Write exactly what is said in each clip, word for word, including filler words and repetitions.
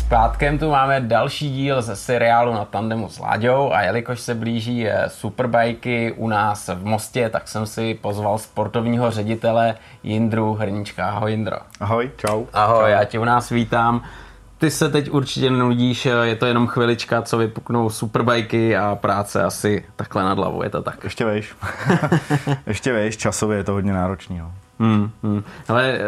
Zpátkem tu máme další díl ze seriálu Na tandemu s Láďou a jelikož se blíží Superbajky u nás v Mostě, tak jsem si pozval sportovního ředitele Jindru Hrníčka. Ahoj Jindro. Ahoj, čau. Ahoj, čau. Já tě u nás vítám. Ty se teď určitě nenudíš, je to jenom chvilička, co vypuknou Superbajky a práce asi takhle nad hlavou, je to tak? Ještě vejš. Ještě vejš, časově je to hodně náročný. No. Hmm, hmm. Hele,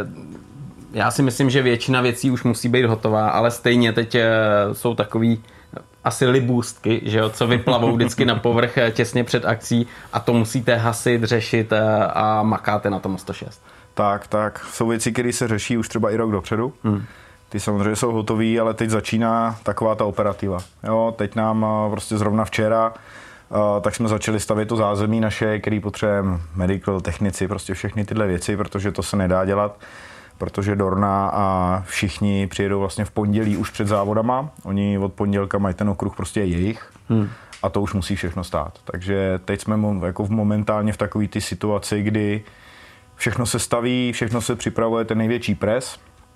já si myslím, že většina věcí už musí být hotová, ale stejně teď jsou takový asi libůstky, že jo, co vyplavou vždycky na povrch těsně před akcí a to musíte hasit, řešit a makáte na tom sto šest. Tak, tak. Jsou věci, které se řeší už třeba i rok dopředu. Hmm. Ty samozřejmě jsou hotový, ale teď začíná taková ta operativa. Jo, teď nám prostě zrovna včera tak jsme začali stavět to zázemí naše, který potřebujeme, medical, technici, prostě všechny tyhle věci, protože to se nedá dělat, protože Dorna a všichni přijedou vlastně v pondělí už před závodama. Oni od pondělka mají ten okruh prostě jejich hmm. a to už musí všechno stát. Takže teď jsme jako momentálně v takové ty situaci, kdy všechno se staví, všechno se připravuje, ten největší pres.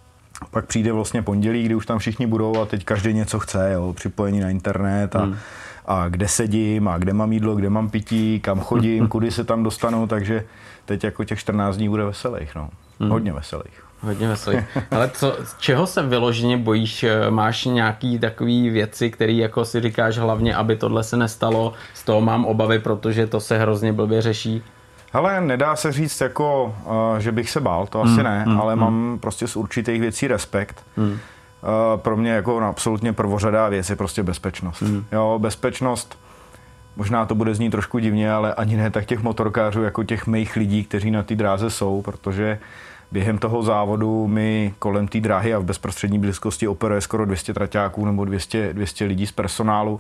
Pak přijde vlastně pondělí, kdy už tam všichni budou a teď každý něco chce, jo, připojení na internet a, hmm. a kde sedím a kde mám jídlo, kde mám pití, kam chodím, kudy se tam dostanu, takže teď jako těch čtrnáct dní bude veselých, no. Hmm. Hodně veselých. Hodně veselých. Ale co, čeho se vyloženě bojíš? Máš nějaký takový věci, který jako si říkáš hlavně, aby tohle se nestalo, z toho mám obavy, protože to se hrozně blbě řeší? Hele, nedá se říct jako, uh, že bych se bál, to asi hmm, ne, hmm, ale hmm. mám prostě z určitých věcí respekt. Hmm. Uh, pro mě jako absolutně prvořadá věc je prostě bezpečnost. Hmm. Jo, bezpečnost, možná to bude znít trošku divně, ale ani ne tak těch motorkářů, jako těch mých lidí, kteří na té dráze jsou, protože během toho závodu mi kolem té dráhy a v bezprostřední blízkosti operuje skoro dvě stě traťáků nebo dvě stě, dvě stě lidí z personálu.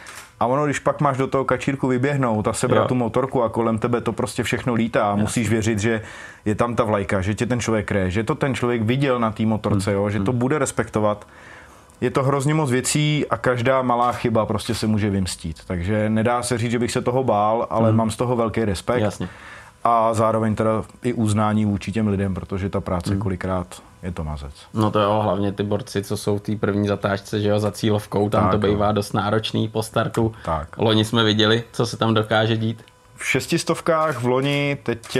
A ono, když pak máš do toho kačírku vyběhnout a sebrat jo. tu motorku a kolem tebe to prostě všechno lítá a musíš věřit, že je tam ta vlajka, že tě ten člověk kreje, že to ten člověk viděl na té motorce, jo, že to bude respektovat. Je to hrozně moc věcí a každá malá chyba prostě se může vymstít. Takže nedá se říct, že bych se toho bál, ale hmm. mám z toho velký respekt. Jasně. A zároveň teda i uznání vůči těm lidem, protože ta práce hmm. kolikrát je to mazec. No to jo, hlavně ty borci, co jsou v té první zatáčce, že jo, za cílovkou, tam tak, to bývá dost náročný po startu. Tak. Loni jsme viděli, co se tam dokáže dít. V šestistovkách v loni, teď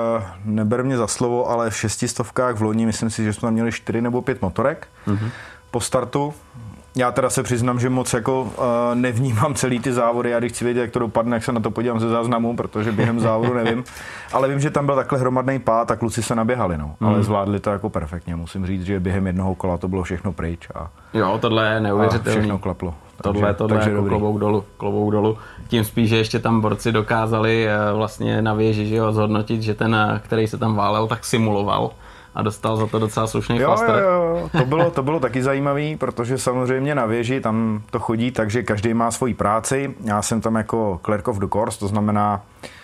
neber mě za slovo, ale v šestistovkách v loni, myslím si, že jsme tam měli čtyři nebo pět motorek mm-hmm. po startu. Já teda se přiznám, že moc jako uh, nevnímám celý ty závody, já když chci vědět, jak to dopadne, jak se na to podívám ze záznamu, protože během závodu nevím. Ale vím, že tam byl takhle hromadný pád a kluci se naběhali, no. Mm. Ale zvládli to jako perfektně. Musím říct, že během jednoho kola to bylo všechno pryč. A, jo, tohle je neuvěřitelné. Všechno klaplo. Tohle, takže, tohle takže jako klobouk dolů, klobouk dolů. Tím spíš, že ještě tam borci dokázali vlastně na věži, že jo, zhodnotit, že ten, který se tam válel, tak simuloval. A dostal za to docela slušný flaster. Jo, jo, to bylo, to bylo taky zajímavý, protože samozřejmě na věži tam to chodí tak, že každý má svoji práci. Já jsem tam jako clerk of the course, to znamená,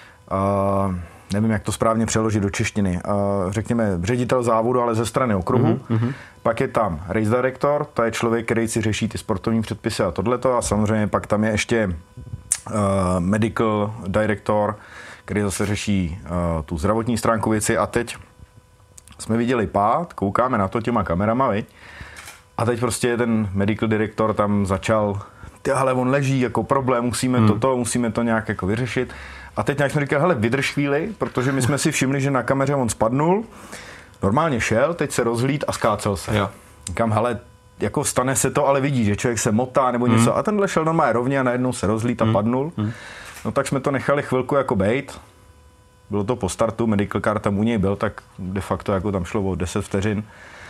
uh, nevím, jak to správně přeložit do češtiny, uh, řekněme ředitel závodu, ale ze strany okruhu. Mm-hmm. Pak je tam race director, to je člověk, který si řeší ty sportovní předpisy a tohleto. A samozřejmě pak tam je ještě uh, medical director, který zase řeší uh, tu zdravotní stránku věci. A teď jsme viděli pád, koukáme na to těma kamerama, viď? A teď prostě ten medical director tam začal, ale on leží, jako problém, musíme hmm. toto, musíme to nějak jako vyřešit. A teď nějak jsme říkali, hele, vydrž chvíli, protože my jsme si všimli, že na kameře on spadnul, normálně šel, teď se rozhlíd a skácel se. Jo. Říkám, hele, jako stane se to, ale vidí, že člověk se motá nebo něco. Hmm. A tenhle šel normálně rovně a najednou se rozhlíd a hmm. padnul. Hmm. No tak jsme to nechali chvilku jako bejt. Bylo to po startu, medical car tam u něj byl, tak de facto jako tam šlo o deset vteřin.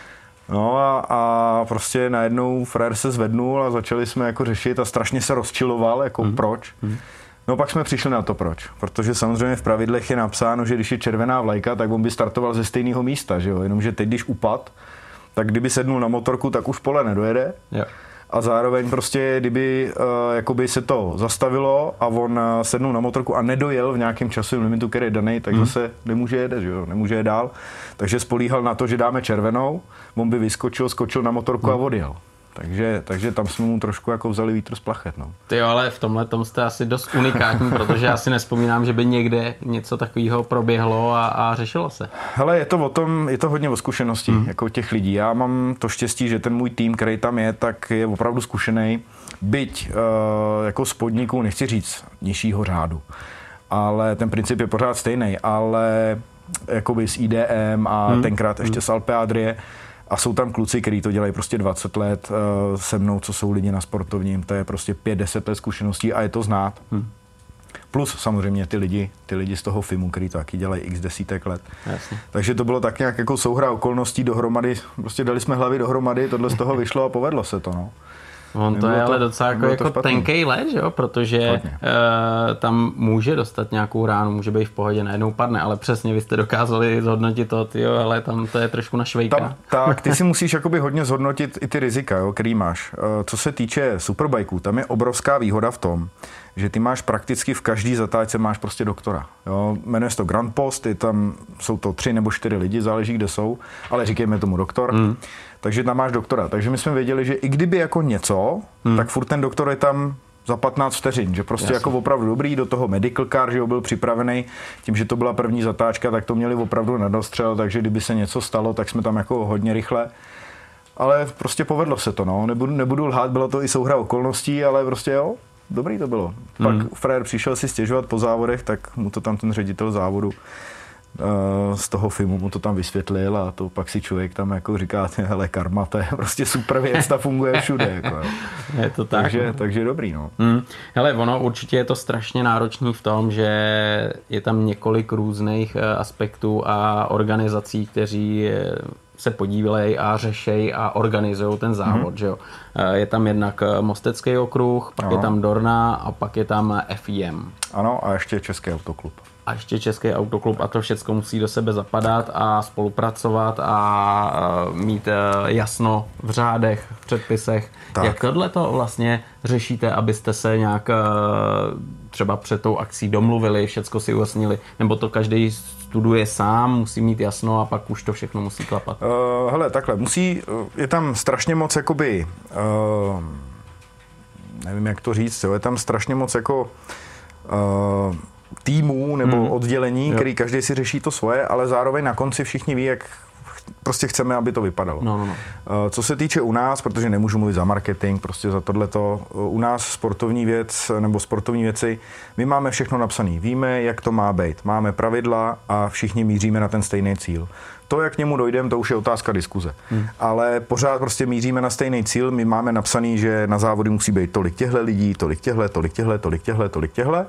No a, a prostě najednou frajer se zvednul a začali jsme jako řešit a strašně se rozčiloval, jako mm. proč. Mm. No pak jsme přišli na to proč, protože samozřejmě v pravidlech je napsáno, že když je červená vlajka, tak on by startoval ze stejného místa, že jo, jenomže teď, když upad, tak kdyby sednul na motorku, tak už pole nedojede. Jo. A zároveň prostě, kdyby uh, jakoby se to zastavilo a on uh, sednul na motorku a nedojel v nějakém časovém limitu, který je daný, tak mm. zase nemůže jet, že jo, nemůže jet dál. Takže spolíhal na to, že dáme červenou, on by vyskočil, skočil na motorku mm. a odjel. Takže, takže tam jsme mu trošku jako vzali vítr z plachet. No. Ty jo, ale v tomhle tom jste asi dost unikátní, protože já si nespomínám, že by někde něco takového proběhlo a, a řešilo se. Hele, je to o tom, je to hodně o zkušenosti, hmm. jako těch lidí. Já mám to štěstí, že ten můj tým, který tam je, tak je opravdu zkušený. Byť uh, jako z podniku, nechci říct nižšího řádu, ale ten princip je pořád stejný, ale jakoby s I D M a hmm. tenkrát ještě s Alpe Adrie. A jsou tam kluci, kteří to dělají prostě dvacet let uh, se mnou, co jsou lidi na sportovním, to je prostě pět deset let zkušeností a je to znát. Hmm. Plus samozřejmě ty lidi, ty lidi z toho filmu, kteří to taky dělají x desítek let. Jasně. Takže to bylo tak nějak jako souhra okolností dohromady, prostě dali jsme hlavy dohromady, tohle z toho vyšlo a povedlo se to, no. On to je ale to, docela jako, jako tenkej led, jo? Protože uh, tam může dostat nějakou ránu, může být v pohodě, najednou padne, ale přesně vy jste dokázali zhodnotit to, tyjo, ale tam to je trošku na švejka. Tam, tak, ty si musíš jakoby hodně zhodnotit i ty rizika, jo, který máš. Uh, co se týče superbikeů, tam je obrovská výhoda v tom, že ty máš prakticky v každý zatáčce máš prostě doktora. Jo? Jmenuje se to Grand Post, je tam, jsou to tři nebo čtyři lidi, záleží kde jsou, ale říkejme tomu doktor. Mm. Takže tam máš doktora. Takže my jsme věděli, že i kdyby jako něco, mm. tak furt ten doktor je tam za patnáct vteřin, že prostě Jasně. jako opravdu dobrý, do toho medical car, že jo, byl připravený, tím, že to byla první zatáčka, tak to měli opravdu na dostřel, takže kdyby se něco stalo, tak jsme tam jako hodně rychle. Ale prostě povedlo se to, no. Nebudu, nebudu lhát, bylo to i souhra okolností, ale prostě jo, dobrý to bylo. Pak mm. frajer přišel si stěžovat po závodech, tak mu to tam ten ředitel závodu uh, z toho filmu mu to tam vysvětlil a to pak si člověk tam jako říká, hele, karma, to je prostě super věc, ta funguje všude. Jako, je to tak. Takže, takže dobrý, no. Mm. Hele, ono určitě je to strašně náročný v tom, že je tam několik různých aspektů a organizací, kteří se podílejí a řešejí a organizují ten závod, mm-hmm. že jo. Je tam jednak Mostecký okruh, pak ano. je tam Dorna a pak je tam F I M. Ano, a ještě Český autoklub. A ještě Český autoklub a to všechno musí do sebe zapadat a spolupracovat a mít jasno v řádech, v předpisech. Tak. Jak tohle to vlastně řešíte, abyste se nějak třeba před tou akcí domluvili, všecko si ujasnili, nebo to každý studuje sám, musí mít jasno a pak už to všechno musí klapat? Uh, hele, takhle, musí, je tam strašně moc jakoby, uh, nevím jak to říct, jo, je tam strašně moc jako uh, týmů nebo hmm. oddělení, jo. který každý si řeší to svoje, ale zároveň na konci všichni ví, jak prostě chceme, aby to vypadalo. No, no, no. Co se týče u nás, protože nemůžu mluvit za marketing, prostě za tohleto, u nás sportovní věc nebo sportovní věci, my máme všechno napsané, víme, jak to má být, máme pravidla a všichni míříme na ten stejný cíl. To, jak k němu dojdeme, to už je otázka diskuze. Hmm. Ale pořád prostě míříme na stejný cíl, my máme napsaný, že na závody musí být tolik těchto lidí, tolik těchto, tolik těchto, tolik těchto, tolik těchto.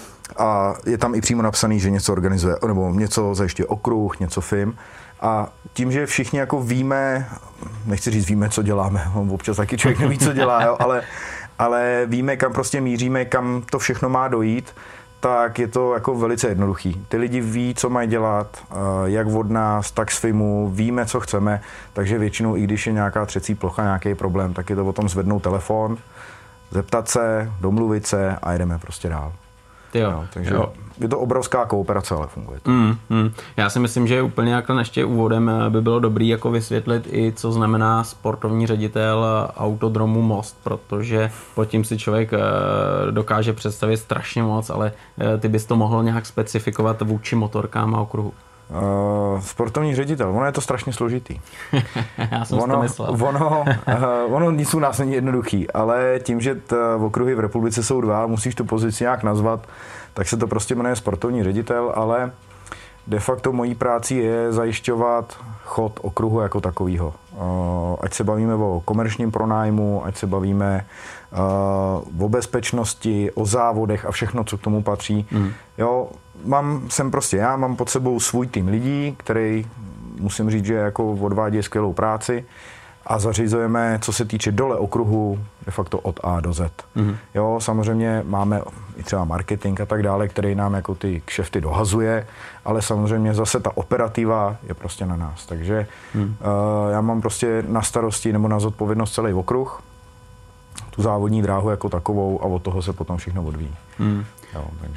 A je tam i přímo napsaný, že něco organizuje, nebo něco zajišťuje okruh, něco film. A tím, že všichni jako víme, nechci říct víme, co děláme, občas taky člověk neví, co dělá, jo, ale, ale víme, kam prostě míříme, kam to všechno má dojít, tak je to jako velice jednoduchý. Ty lidi ví, co mají dělat, jak od nás, tak s filmu, víme, co chceme, takže většinou, i když je nějaká třecí plocha, nějaký problém, tak je to o tom zvednout telefon, zeptat se, domluvit se a jdeme prostě dál. Jo, no, takže jo. Je to obrovská kooperace, ale funguje to. Mm, mm. Já si myslím, že úplně jako ještě úvodem by bylo dobrý jako vysvětlit i, co znamená sportovní ředitel autodromu Most, protože pod tím si člověk dokáže představit strašně moc, ale ty bys to mohl nějak specifikovat vůči motorkám a okruhu. Uh, sportovní ředitel, ono je to strašně složitý. Já jsem ono, to myslel. Ono, uh, ono nic u nás není jednoduchý, ale tím, že t, v okruhy v republice jsou dva, musíš tu pozici nějak nazvat, tak se to prostě jmenuje sportovní ředitel, ale de facto mojí práci je zajišťovat chod okruhu jako takovýho. Uh, ať se bavíme o komerčním pronájmu, ať se bavíme uh, o bezpečnosti, o závodech a všechno, co k tomu patří. Mm. Jo, mám, jsem prostě já, mám pod sebou svůj tým lidí, který musím říct, že jako odvádí skvělou práci a zařizujeme, co se týče dole okruhu, de facto od A do Z. Mm. Jo, samozřejmě máme i třeba marketing a tak dále, který nám jako ty kšefty dohazuje, ale samozřejmě zase ta operativa je prostě na nás. Takže mm. uh, já mám prostě na starosti nebo na zodpovědnost celý okruh, tu závodní dráhu jako takovou a od toho se potom všechno odvíjí. Mm. Jo, takže...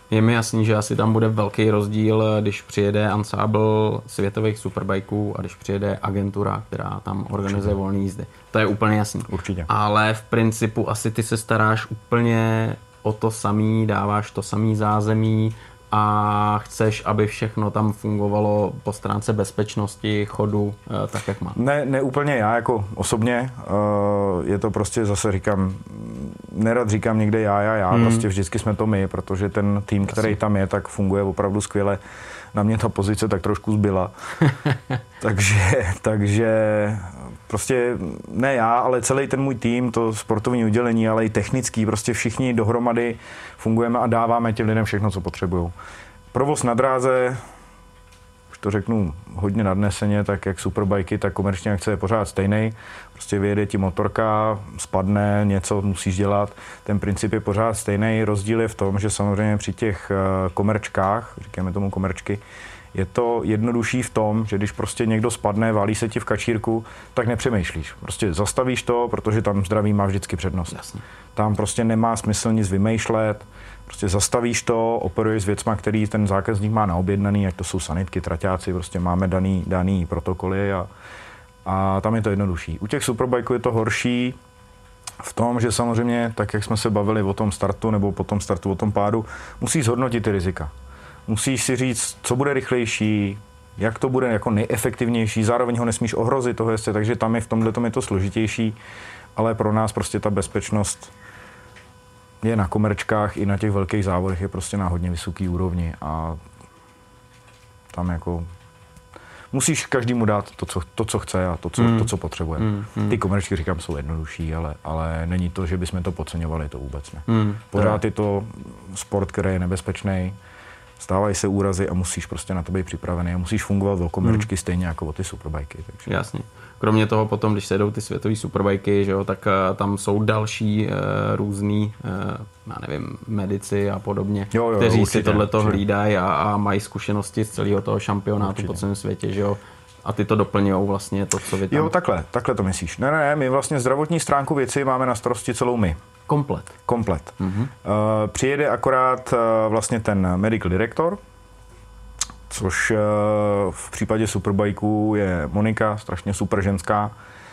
Je mi jasný, že asi tam bude velký rozdíl, když přijede ansábl světových superbajků a když přijede agentura, která tam organizuje volné jízdy. To je úplně jasný. Určitě. Ale v principu asi ty se staráš úplně o to samý, dáváš to samý zázemí a chceš, aby všechno tam fungovalo po stránce bezpečnosti, chodu, tak jak má. Ne, ne úplně já jako osobně, je to prostě zase říkám, nerad říkám někde já, já, já, hmm. prostě vždycky jsme to my, protože ten tým, který tam je, tak funguje opravdu skvěle. Na mě ta pozice tak trošku zbyla. takže, takže prostě ne já, ale celý ten můj tým, to sportovní udělení, ale i technický, prostě všichni dohromady fungujeme a dáváme těm lidem všechno, co potřebují. Provoz na dráze, už to řeknu hodně nadneseně, tak jak superbajky, tak komerční akce je pořád stejný. Prostě vyjede ti motorka, spadne, něco musíš dělat. Ten princip je pořád stejný. Rozdíl je v tom, že samozřejmě při těch komerčkách, říkáme tomu komerčky, je to jednodušší v tom, že když prostě někdo spadne, válí se ti v kačírku, tak nepřemýšlíš. Prostě zastavíš to, protože tam zdraví má vždycky přednost. Jasně. Tam prostě nemá smysl nic vymýšlet. Prostě zastavíš to, operuješ s věcma, který ten zákazník má naobjednaný, ať to jsou sanitky, traťáci, prostě máme daný, daný protokoly a, a tam je to jednodušší. U těch superbajků je to horší v tom, že samozřejmě, tak jak jsme se bavili o tom startu nebo po tom startu o tom pádu, musíš zhodnotit ty rizika. Musíš si říct, co bude rychlejší, jak to bude jako nejefektivnější, zároveň ho nesmíš ohrozit toho jezdce, takže tam je v tomhle tom je to složitější, ale pro nás prostě ta bezpečnost je na komerčkách i na těch velkých závodech je prostě na hodně vysoký úrovni a tam jako musíš každému dát to, co, to, co chce a to, co, mm. to, co potřebuje. Mm, mm. Ty komerčky, říkám, jsou jednodušší, ale, ale není to, že bychom to podceňovali, to vůbec ne. Mm, Pořád je to sport, který je nebezpečný, stávají se úrazy a musíš prostě na to být připravený a musíš fungovat o komerčky mm. stejně jako o ty superbajky. Takže. Jasně. Kromě toho potom, když se jdou ty světové superbajky, že jo, tak uh, tam jsou další uh, různý, uh, já nevím, medici a podobně, jo, jo, kteří určitě, si tohleto hlídají a, a mají zkušenosti z celého toho šampionátu určitě. Po celém světě, že jo. A ty to doplňují vlastně to, co vy tam... Jo, takhle, takhle to myslíš. Ne, ne, ne, my vlastně zdravotní stránku věci máme na starosti celou my. Komplet. Komplet. Mm-hmm. Uh, přijede akorát uh, vlastně ten medical director, což uh, v případě superbajků je Monika, strašně super ženská,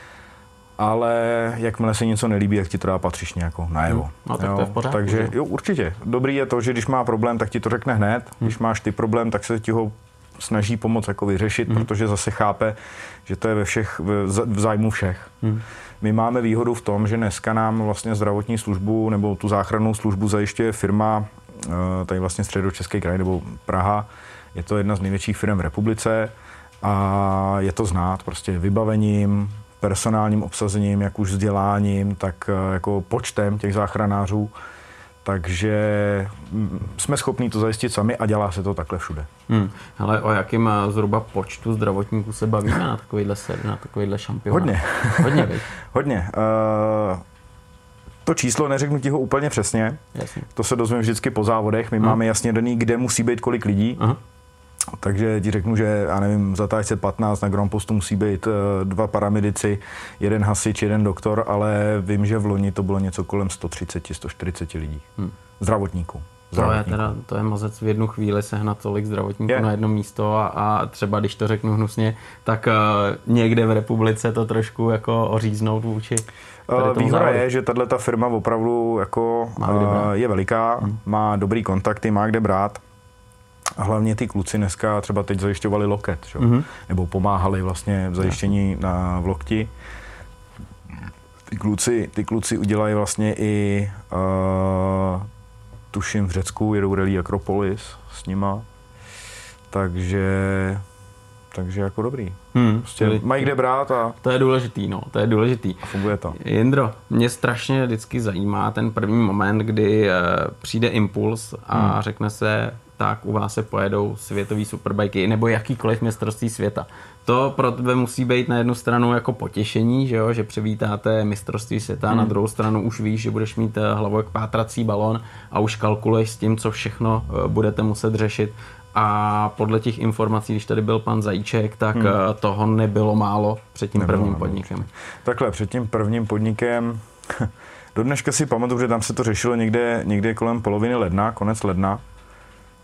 ale jakmile se něco nelíbí, jak ti to dá patřičně jako najevo. No, tak jo, to je v pořádku. Takže jo, určitě. Dobrý je to, že když má problém, tak ti to řekne hned. Hmm. Když máš ty problém, tak se ti ho snaží pomoct jako vyřešit, hmm. protože zase chápe, že to je ve všech, v zájmu všech. Hmm. My máme výhodu v tom, že dneska nám vlastně zdravotní službu nebo tu záchrannou službu zajišťuje firma, tady vlastně Středočeský kraj nebo Praha. Je to jedna z největších firm v republice a je to znát prostě vybavením, personálním obsazením, jak už vzděláním, tak jako počtem těch záchranářů. Takže jsme schopni to zajistit sami a dělá se to takhle všude. Hmm. Ale o jakém zhruba počtu zdravotníků se bavíme na takovýhle sérii, na takovýhle šampionát? Hodně. Hodně, Hodně. Uh, to číslo neřeknu ti ho úplně přesně. Jasně. To se dozvím vždycky po závodech. My hmm. máme jasně daný, kde musí být kolik lidí. Aha. Takže ti řeknu, že já nevím, v zatáčce patnáct na Grand Postu musí být uh, dva paramedici, jeden hasič, jeden doktor, ale vím, že v loni to bylo něco kolem sto třicet, sto čtyřicet lidí. Hmm. Zdravotníků. To je, teda, to je mazec v jednu chvíli sehnat tolik zdravotníků je. Na jedno místo a, a třeba, když to řeknu hnusně, tak uh, někde v republice to trošku jako oříznout vůči. Uh, výhoda je, že tato firma opravdu jako, uh, je veliká, hmm. má dobrý kontakty, má kde brát. A hlavně ty kluci dneska třeba teď zajišťovali loket, že? Mm-hmm. Nebo pomáhali vlastně v zajištění na v lokti. Ty kluci, ty kluci udělají vlastně i, uh, tuším v Řecku, jedou Rally Akropolis s nima. Takže, takže jako dobrý. Hmm, prostě to, mají kde brát a... To je důležitý, no, to je důležitý. A funguje to. Jindro, mě strašně vždycky zajímá ten první moment, kdy uh, přijde impuls a hmm. řekne se, tak u vás se pojedou světový superbajky nebo jakýkoliv mistrovství světa. To pro tebe musí být na jednu stranu jako potěšení, že jo, že přivítáte mistrovství světa, hmm. na druhou stranu už víš, že budeš mít hlavou jak pátrací balon a už kalkuluješ s tím, co všechno budete muset řešit. A podle těch informací, když tady byl pan Zajíček, tak hmm. toho nebylo málo před tím nebylo prvním podnikem. Určitě. Takhle, před tím prvním podnikem, do dneška si pamatuju, že tam se to řešilo někde, někde kolem poloviny ledna, konec ledna.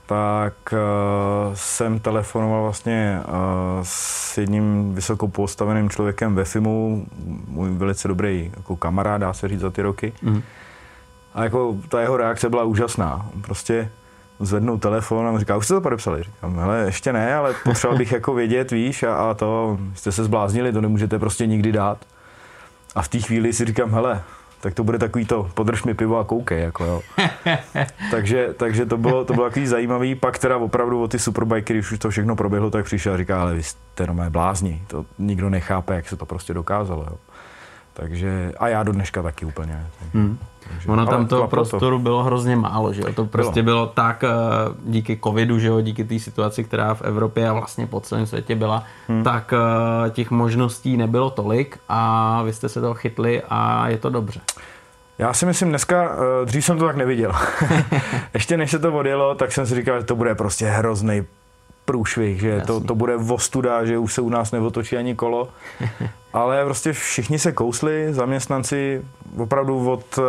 tak uh, jsem telefonoval vlastně uh, s jedním vysokou postaveným člověkem ve FIMu, můj velice dobrý jako kamarád, dá se říct, za ty roky. Mm. A jako ta jeho reakce byla úžasná. Prostě zvednou telefon a říká, už jste to podepsali? Říkám, hele, ještě ne, ale potřeboval bych jako vědět, víš, a, a to, jste se zbláznili, to nemůžete prostě nikdy dát. A v té chvíli si říkám, hele, tak to bude takový to, podrž mi pivo a koukej, jako jo. takže, takže to bylo, to bylo takový zajímavý, pak teda opravdu o ty superbajky, když už to všechno proběhlo, tak přišel a říká, ale vy jste normálně blázni, to nikdo nechápe, jak se to prostě dokázalo, jo. Takže, a já do dneška taky úplně. Hmm. Takže, ono tam toho prostoru to bylo hrozně málo, že jo? To prostě bylo, bylo tak díky covidu, že jo, díky té situaci, která v Evropě a vlastně po celém světě byla, hmm. tak těch možností nebylo tolik a vy jste se toho chytli a je to dobře. Já si myslím dneska, dřív jsem to tak neviděl. Ještě než se to odjelo, tak jsem si říkal, že to bude prostě hrozný průšvih, že to, to bude ostuda, že už se u nás neotočí ani kolo. Ale prostě všichni se kousli, zaměstnanci opravdu od,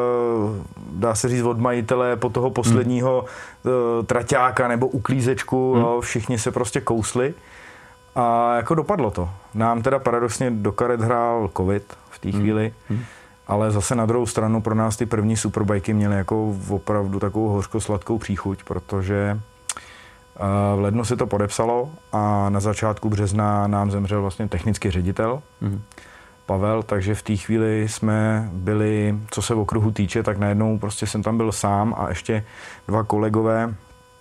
dá se říct, od majitele po toho posledního hmm. traťáka nebo uklízečku, hmm. jo, všichni se prostě kousli a jako dopadlo to. Nám teda paradoxně do karet hrál covid v té chvíli, hmm. ale zase na druhou stranu pro nás ty první superbajky měly jako opravdu takovou hořko-sladkou příchuť, protože v lednu se to podepsalo a na začátku března nám zemřel vlastně technický ředitel mm. Pavel, takže v té chvíli jsme byli, co se okruhu týče, tak najednou prostě jsem tam byl sám a ještě dva kolegové,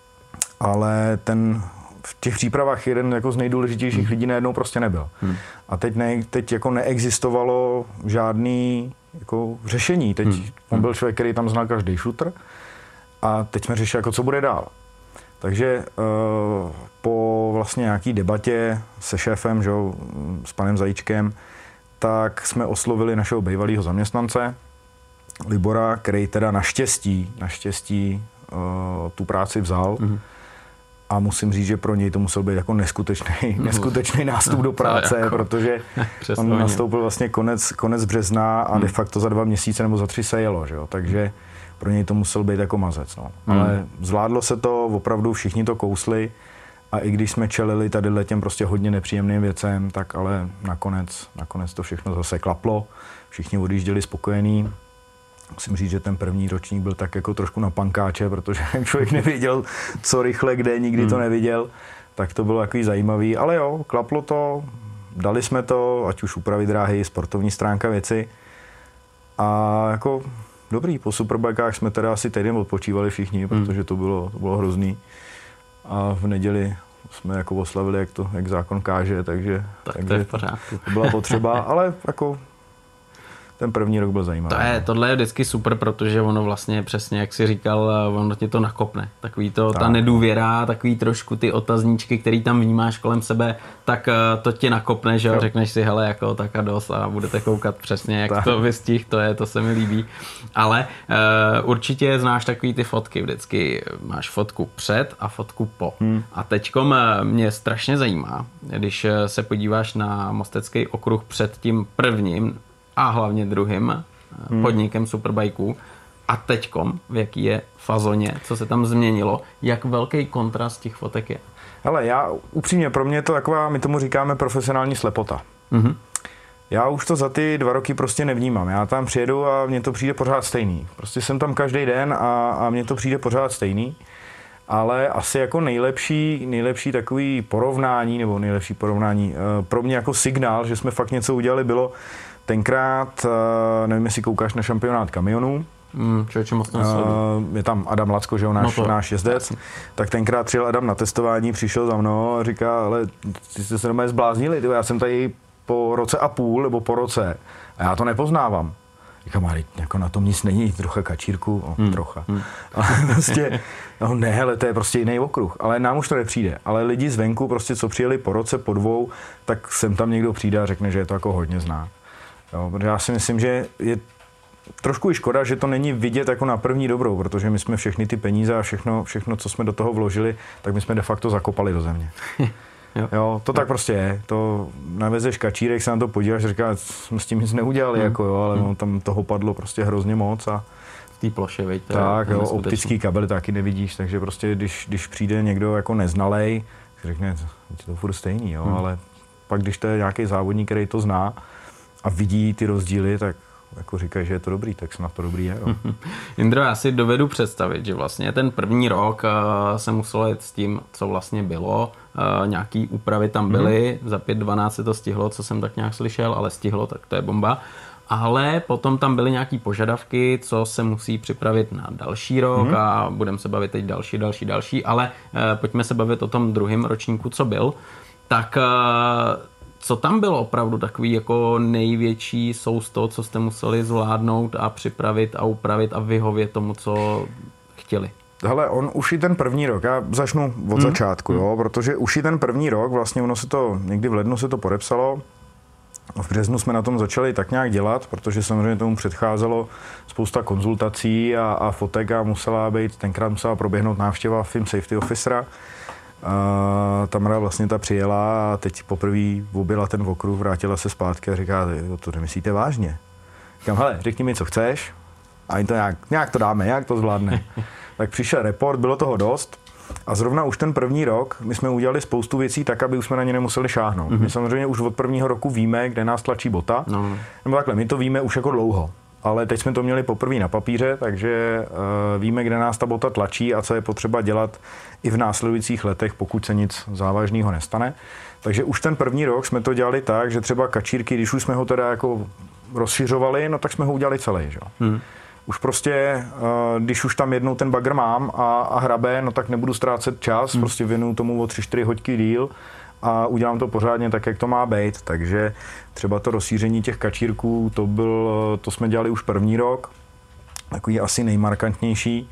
ale ten v těch přípravách jeden jako z nejdůležitějších mm. lidí najednou prostě nebyl. Mm. A teď, ne, teď jako neexistovalo žádný jako řešení. Teď mm. on byl člověk, který tam znal každý šutr a teď jsme řešili, jako co bude dál. Takže uh, po vlastně nějaký debatě se šéfem, že, s panem Zajíčkem, tak jsme oslovili našeho bývalého zaměstnance Libora, který teda naštěstí, naštěstí uh, tu práci vzal. Mm-hmm. A musím říct, že pro něj to musel být jako neskutečný, neskutečný nástup do práce, jako, protože on nastoupil vlastně konec, konec března a hmm. de facto za dva měsíce nebo za tři se jelo, že jo? Takže pro něj to musel být jako mazec. No. Hmm. Ale zvládlo se to, opravdu všichni to kousli a i když jsme čelili tady těm prostě hodně nepříjemným věcem, tak ale nakonec, nakonec to všechno zase klaplo, všichni odjížděli spokojení. Musím říct, že ten první ročník byl tak jako trošku na pankáče, protože člověk nevěděl, co rychle, kde, nikdy hmm. to neviděl, tak to bylo takový zajímavý, ale jo, klaplo to, dali jsme to, ať už úpravy dráhy, sportovní stránka věci a jako dobrý, po superbajkách jsme teda asi týden odpočívali všichni, hmm. protože to bylo, to bylo hrozný a v neděli jsme jako oslavili, jak to, jak zákon káže, takže, tak takže to je v pořádku. To byla potřeba, ale jako ten první rok byl zajímavý. To je, tohle je vždycky super, protože ono vlastně přesně, jak jsi říkal, ono tě to nakopne. Takový to, tak. Ta nedůvěra, takový trošku ty otazníčky, který tam vnímáš kolem sebe, tak to tě nakopne, že jo, řekneš si, hele, jako tak a dost a budete koukat přesně, jak tak. To vystih, to je, to se mi líbí. Ale uh, určitě znáš takový ty fotky, vždycky máš fotku před a fotku po. Hmm. A teďkom mě strašně zajímá, když se podíváš na Mostecký okruh před tím prvním a hlavně druhým hmm. podnikem superbajků a teďkom, v jaký je fazoně, co se tam změnilo, jak velký kontrast těch fotek je. Hele, já upřímně, pro mě je to taková, my tomu říkáme profesionální slepota. Hmm. Já už to za ty dva roky prostě nevnímám. Já tam přijedu a mně to přijde pořád stejný. Prostě jsem tam každý den a, a mně to přijde pořád stejný. Ale asi jako nejlepší, nejlepší takový porovnání, nebo nejlepší porovnání, pro mě jako signál, že jsme fakt něco udělali, bylo tenkrát, nevím, jestli koukáš na šampionát kamionů, mm, člověče, moc uh, je tam Adam Lacko, že jo, náš, no náš jezdec, jasný. Tak tenkrát přijel Adam na testování, přišel za mnou a říká, ale ty jste se normálně zbláznili, tyjo, já jsem tady po roce a půl, nebo po roce a já to nepoznávám. Říkám, ale jako na tom nic není, trocha kačírku, o, hmm. trocha. Hmm. Ale prostě, no ne, hele, to je prostě jiný okruh, ale nám už to nepřijde. Ale lidi zvenku, prostě co přijeli po roce, po dvou, tak sem tam někdo přijde a řekne, že je to jako hodně zná. Jo, protože já si myslím, že je trošku i škoda, že to není vidět jako na první dobrou, protože my jsme všechny ty peníze a všechno, všechno, co jsme do toho vložili, tak my jsme de facto zakopali do země. Jo. jo, to jo. Tak prostě je. To navezeš kačírek, se na to podíváš, říká, jsme s tím nic neudělali, hmm. jako jo, ale hmm. no, tam toho padlo prostě hrozně moc a v té ploše, veď, to tak, je jo, optický kabely taky nevidíš, takže prostě když, když přijde někdo jako neznalej, řekne, je to furt stejný, jo, hmm. ale pak když to je nějaký závodník, který to zná a vidí ty rozdíly, tak jako říkají, že je to dobrý, tak snad to dobrý je. Jo. Jindro, já si dovedu představit, že vlastně ten první rok uh, se muselo jet s tím, co vlastně bylo. Uh, nějaký úpravy tam byly, mm. za pět dvanáct se to stihlo, co jsem tak nějak slyšel, ale stihlo, tak to je bomba. Ale potom tam byly nějaký požadavky, co se musí připravit na další rok mm. a budeme se bavit teď další, další, další, ale uh, pojďme se bavit o tom druhém ročníku, co byl. Tak uh, co tam bylo opravdu takový jako největší sousto, co jste museli zvládnout a připravit a upravit a vyhovět tomu, co chtěli? Hele, on už i ten první rok, já začnu od hmm. začátku, jo, protože už i ten první rok, vlastně ono se to, někdy v lednu se to podepsalo, v březnu jsme na tom začali tak nějak dělat, protože samozřejmě tomu předcházelo spousta konzultací a, a fotek a musela být, tenkrát musela proběhnout návštěva Film Safety Officera. A Tamara vlastně ta přijela a teď poprvé objela ten okruh, vrátila se zpátky a říká, to nemyslíte vážně? Říkám, hele, řekni mi, co chceš a to nějak, nějak to dáme, nějak to zvládne. Tak přišel report, bylo toho dost a zrovna už ten první rok my jsme udělali spoustu věcí tak, aby už jsme na ně nemuseli šáhnout. Mm-hmm. My samozřejmě už od prvního roku víme, kde nás tlačí bota, no. nebo takhle, my to víme už jako dlouho. Ale teď jsme to měli poprvé na papíře, takže uh, víme, kde nás ta bota tlačí a co je potřeba dělat i v následujících letech, pokud se nic závažného nestane. Takže už ten první rok jsme to dělali tak, že třeba kačírky, když už jsme ho teda jako rozšiřovali, no tak jsme ho udělali celý, že? Hmm. Už prostě, uh, když už tam jednou ten bagr mám a, a hrabe, no tak nebudu ztrácet čas, hmm. prostě věnuju tomu o tři čtyři hoďky díl a udělám to pořádně tak, jak to má být. Takže třeba to rozšíření těch kačírků, to, byl, to jsme dělali už první rok, takový asi nejmarkantnější.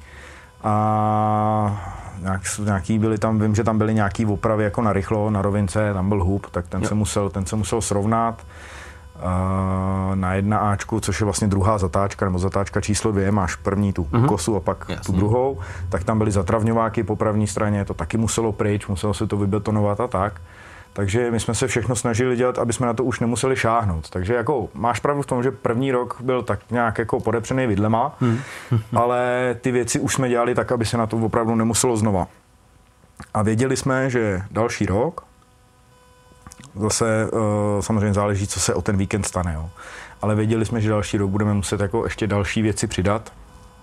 A nějak, nějaký byly tam, vím, že tam byly nějaký opravy jako na rychlo, na rovince, tam byl hub, tak ten, se musel, ten se musel srovnat. Uh, na jedna áčku, což je vlastně druhá zatáčka, nebo zatáčka číslo dvě, máš první tu uh-huh. kosu a pak Jasně. tu druhou, tak tam byly zatravňováky po pravní straně, to taky muselo pryč, muselo se to vybetonovat a tak. Takže my jsme se všechno snažili dělat, aby jsme na to už nemuseli šáhnout. Takže jako máš pravdu v tom, že první rok byl tak nějak jako podepřený vidlema, hmm. ale ty věci už jsme dělali tak, aby se na to opravdu nemuselo znova. A věděli jsme, že další rok, zase uh, samozřejmě záleží, co se o ten víkend stane, jo. Ale věděli jsme, že další rok budeme muset jako ještě další věci přidat.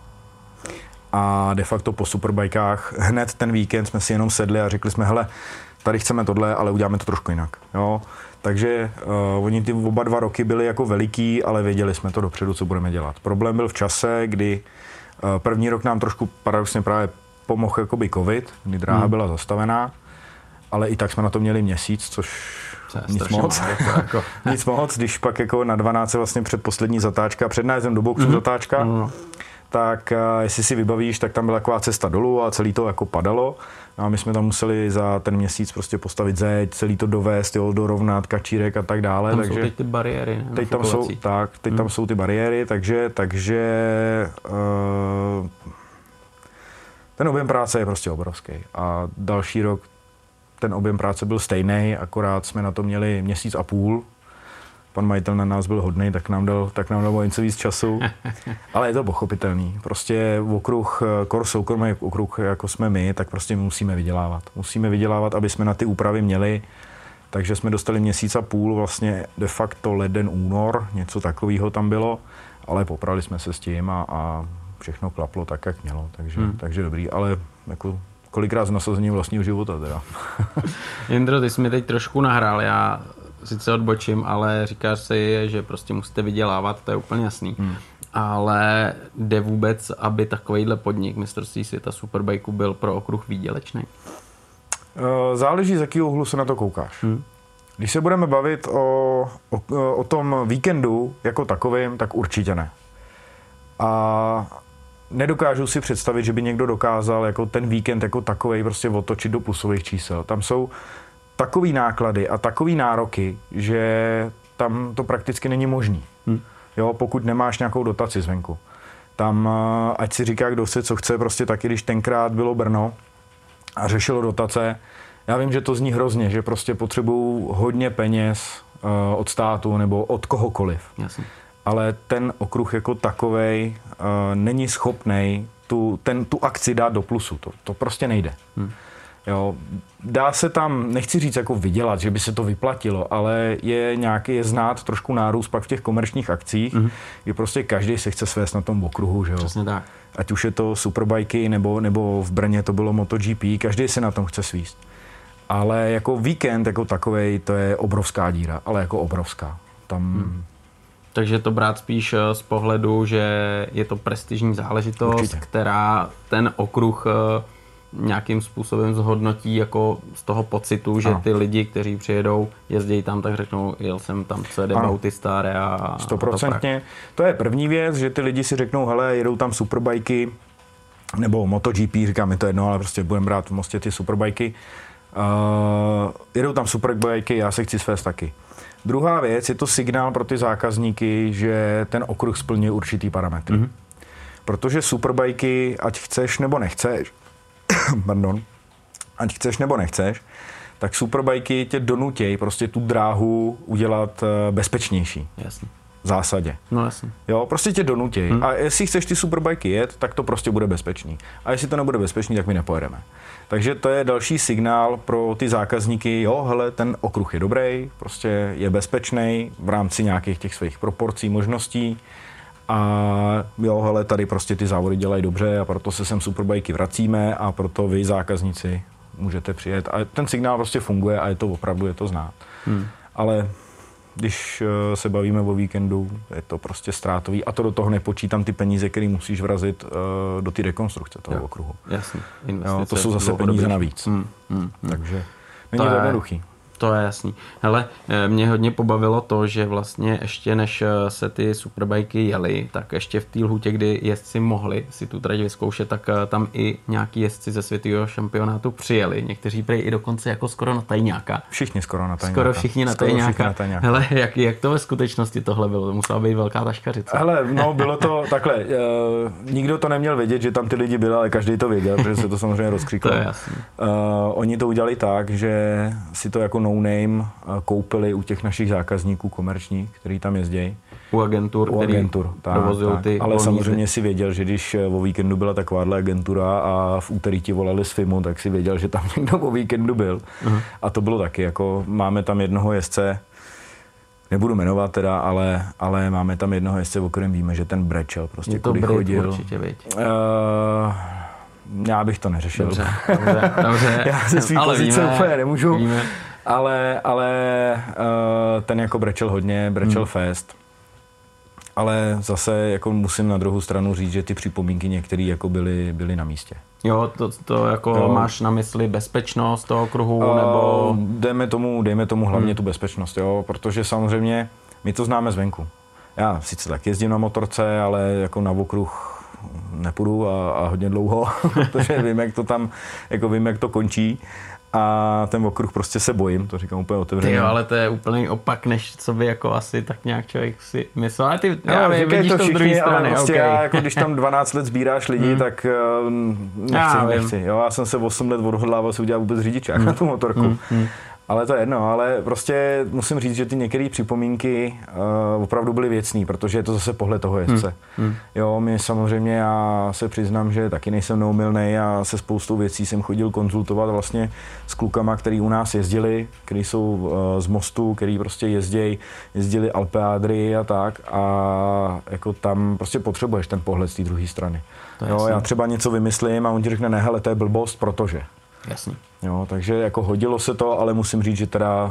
A de facto po superbajkách hned ten víkend jsme si jenom sedli a řekli jsme, hele, tady chceme tohle, ale uděláme to trošku jinak. Jo? Takže uh, oni ty oba dva roky byly jako veliký, ale věděli jsme to dopředu, co budeme dělat. Problém byl v čase, kdy uh, první rok nám trošku paradoxně právě pomohl jakoby covid, kdy dráha hmm. byla zastavená, ale i tak jsme na to měli měsíc, což nic moc. Jako. nic moc, když pak jako na dvanáct vlastně předposlední zatáčka, před nájezdem do boxu mm-hmm. zatáčka, mm-hmm. tak uh, jestli si vybavíš, tak tam byla taková cesta dolů a celý to jako padalo. A my jsme tam museli za ten měsíc prostě postavit zeď, celý to dovést, jo, dorovnat, kačírek a tak dále. Tam takže jsou teď ty bariéry. Ne? Teď tam jsou, tak, teď hmm. tam jsou ty bariéry, takže, takže uh, ten objem práce je prostě obrovský. A další rok ten objem práce byl stejný, akorát jsme na to měli měsíc a půl. Pan majitel na nás byl hodnej, tak nám dal, tak nám dal o něco víc času. Ale je to pochopitelný. Prostě v okruh, kor soukromý okruh, jako jsme my, tak prostě musíme vydělávat. Musíme vydělávat, aby jsme na ty úpravy měli. Takže jsme dostali měsíc a půl, vlastně de facto leden, únor, něco takového tam bylo, ale poprali jsme se s tím a, a všechno klaplo tak, jak mělo. Takže, hmm. takže dobrý, ale jako kolikrát z nasazení vlastního života teda. Jindro, ty jsi mi teď trošku nahrál, já sice odbočím, ale říkáš si, že prostě musíte vydělávat, to je úplně jasný. Hmm. Ale jde vůbec, aby takovejhle podnik mistrovství světa Superbajku byl pro okruh výdělečný? Záleží, z jakého úhlu se na to koukáš. Hmm. Když se budeme bavit o, o, o tom víkendu jako takovým, tak určitě ne. A nedokážu si představit, že by někdo dokázal jako ten víkend jako takovej prostě otočit do plusových čísel. Tam jsou takový náklady a takový nároky, že tam to prakticky není možný. Hmm. Jo, pokud nemáš nějakou dotaci zvenku. Tam, ať si říká, kdo chce, co chce, prostě taky, když tenkrát bylo Brno a řešilo dotace, já vím, že to zní hrozně, že prostě potřebují hodně peněz uh, od státu nebo od kohokoliv. Jasně. ale ten okruh jako takovej uh, není schopnej tu, ten, tu akci dát do plusu. To, to prostě nejde. Hmm. Jo, dá se tam, nechci říct jako vydělat, že by se to vyplatilo, ale je nějaký, je znát trošku nárůst pak v těch komerčních akcích, mm-hmm. kdy prostě každý se chce svést na tom okruhu, že jo. Přesně tak. Ať už je to superbajky, nebo, nebo v Brně to bylo MotoGP, každý se na tom chce svíst. Ale jako víkend jako takovej, to je obrovská díra, ale jako obrovská. Tam... Hmm. Takže to brát spíš z pohledu, že je to prestižní záležitost, určitě. Která ten okruh nějakým způsobem zhodnotí jako z toho pocitu, že ano. Ty lidi, kteří přijedou, jezdí tam, tak řeknou, jel jsem tam C D Bautista, Rea. Stoprocentně. To je první věc, že ty lidi si řeknou, hele, jedou tam superbajky, nebo MotoGP, říkám, mi to jedno, ale prostě budeme brát v Mostě ty superbajky. Uh, jedou tam superbajky, já se chci svést taky. Druhá věc, je to signál pro ty zákazníky, že ten okruh splňuje určitý parametry. Mm-hmm. Protože superbajky, ať chceš nebo nechceš, pardon, ať chceš nebo nechceš, tak superbajky tě donutějí prostě tu dráhu udělat bezpečnější. Jasně. V zásadě. No jasně. Jo, prostě tě donutějí. Hmm. A jestli chceš ty superbajky jet, tak to prostě bude bezpečný. A jestli to nebude bezpečný, tak my nepojedeme. Takže to je další signál pro ty zákazníky, jo, hele, ten okruh je dobrý, prostě je bezpečný v rámci nějakých těch svých proporcí, možností. A jo, hele, tady prostě ty závody dělají dobře a proto se sem superbajky vracíme a proto vy, zákazníci, můžete přijet. A ten signál prostě funguje a je to opravdu, je to znát. Hmm. Ale když se bavíme o víkendu, je to prostě ztrátový a to do toho nepočítám ty peníze, které musíš vrazit uh, do té rekonstrukce toho jo, okruhu. Jasně. Jo, to jsou zase peníze navíc. Hmm, hmm, hmm. Takže není to jednoduchý. To je jasný. Hele, mě hodně pobavilo to, že vlastně ještě než se ty superbajky jeli, tak ještě v té lhůtě, kdy jezdci mohli si tu trať vyzkoušet, tak tam i nějaký jezdci ze světového šampionátu přijeli. Někteří prej i dokonce jako skoro na tajňáka. Všichni skoro na tajňáka. Skoro všichni na tajňáka. Hele, jak, jak to ve skutečnosti tohle bylo? To musela být velká taškařice. Hele, no bylo to takhle. Uh, nikdo to neměl vědět, že tam ty lidi byli, ale každý to věděl, protože se to samozřejmě rozkřiklo. To je jasný. Uh, oni to udělali tak, že si to jako no-name koupili u těch našich zákazníků komerčních, kteří tam jezdí. U agentur, u agentur tak, tak. ty ale samozřejmě si věděl, že když o víkendu byla takováhle agentura a v úterý ti volali z FIMu, tak si věděl, že tam někdo o víkendu byl. Uh-huh. A to bylo taky, jako máme tam jednoho jezdce, nebudu jmenovat teda, ale, ale máme tam jednoho jezdce, o kterém víme, že ten brečel prostě je to kudy Brit, chodil. Určitě, uh, já bych to neřešil. Dobře, dobře, dobře. Já ze svý pozice víme, úplně nemůžu. Víme. Ale, ale uh, ten jako brečel hodně, brečel hmm. fest. Ale zase jako musím na druhou stranu říct, že ty připomínky některé jako byly, byly na místě. Jo, to, to jako jo. Máš na mysli bezpečnost toho kruhu, uh, nebo... Dejme tomu, dejme tomu hlavně hmm. tu bezpečnost, jo, protože samozřejmě my to známe zvenku. Já sice tak jezdím na motorce, ale jako na okruh nepůjdu a, a hodně dlouho, protože vím, jak to tam, jako vím, jak to končí. A ten okruh prostě se bojím, to říkám úplně otevřeně. Jo, ale to je úplný opak, než co by jako asi tak nějak člověk si myslel. Ale ty, no, já vím, vidíš to, to z druhé strany. Prostě okay. já, jako když tam dvanáct let sbíráš lidi, hmm. tak uh, nechci, já nechci. Jo, já jsem se osm let odhodlával si udělat vůbec řidičák hmm. na tu motorku. Hmm. Hmm. Ale to je jedno, ale prostě musím říct, že ty některé připomínky uh, opravdu byly věcný, protože je to zase pohled toho jezdce. Hmm. Jo, my samozřejmě, já se přiznám, že taky nejsem neomylnej a se spoustou věcí jsem chodil konzultovat vlastně s klukama, který u nás jezdili, který jsou uh, z Mostu, který prostě jezdějí, jezdili Alpeadry a tak a jako tam prostě potřebuješ ten pohled z té druhé strany. Jo, já třeba něco vymyslím a on ti řekne, ne, hele, to je blbost, protože. Jasně. Jo, takže jako hodilo se to, ale musím říct, že teda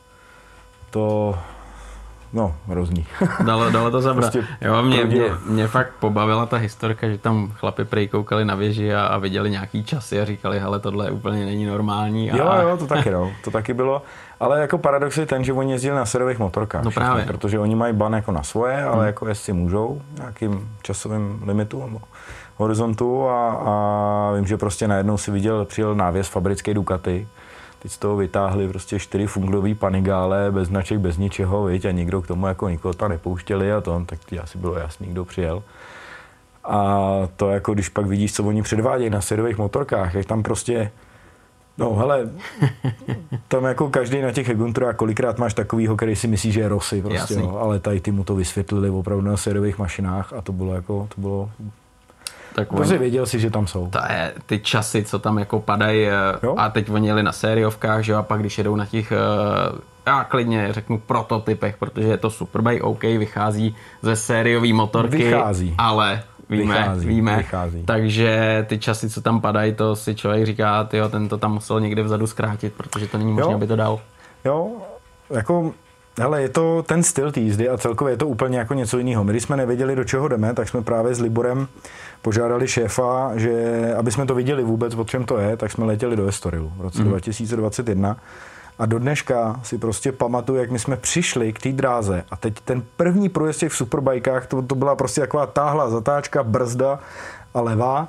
to, no, hrozný. Dalo, dalo to zabrat. Prostě jo, mě, mě, mě fakt pobavila ta historka, že tam chlapi prej koukali na věži a, a viděli nějaký časy a říkali, hele, tohle úplně není normální. A... Jo, jo, to taky, no, to taky bylo. Ale jako paradox je ten, že oni jezdili na sérových motorkách. No právě. Protože oni mají ban jako na svoje, ale hmm. jako jestli můžou, nějakým časovým limitu, nebo horizontu a, a vím, že prostě najednou si viděl, přijel návěs fabrické Ducati, teď z toho vytáhli prostě čtyři funglový Panigale, bez značek, bez ničeho, viď, a nikdo k tomu jako nikoho tam nepouštěli a to, tak to asi bylo jasný, kdo přijel. A to jako, když pak vidíš, co oni předvádějí na sérových motorkách, jak tam prostě, no hele, tam jako každý na těch Egunturách, kolikrát máš takovýho, který si myslí, že je Rossi prostě, jo, ale tady ty mu to vysvětlili opravdu na sériových mašinách a to bylo jako, to bylo... Tak prostě věděl si, že tam jsou. To je ty časy, co tam jako padají a teď oni jeli na sériovkách, že jo, a pak když jedou na těch, já klidně řeknu prototypech, protože je to Superbike, OK, vychází ze sériové motorky, vychází. ale víme, vychází, víme. Vychází. Takže ty časy, co tam padají, to si člověk říká, tyjo, ten to tam musel někde vzadu zkrátit, protože to není možné, aby to dal. Jo, jako... Hele, je to ten styl té jízdy a celkově je to úplně jako něco jiného. My, když jsme nevěděli, do čeho jdeme, tak jsme právě s Liborem požádali šéfa, že aby jsme to viděli vůbec, o čem to je, tak jsme letěli do Estorilu v roce mm. dva tisíce dvacet jedna. A do dneška si prostě pamatuju, jak my jsme přišli k té dráze a teď ten první průjezd těch v superbajkách, to, to byla prostě taková táhlá zatáčka, brzda a levá.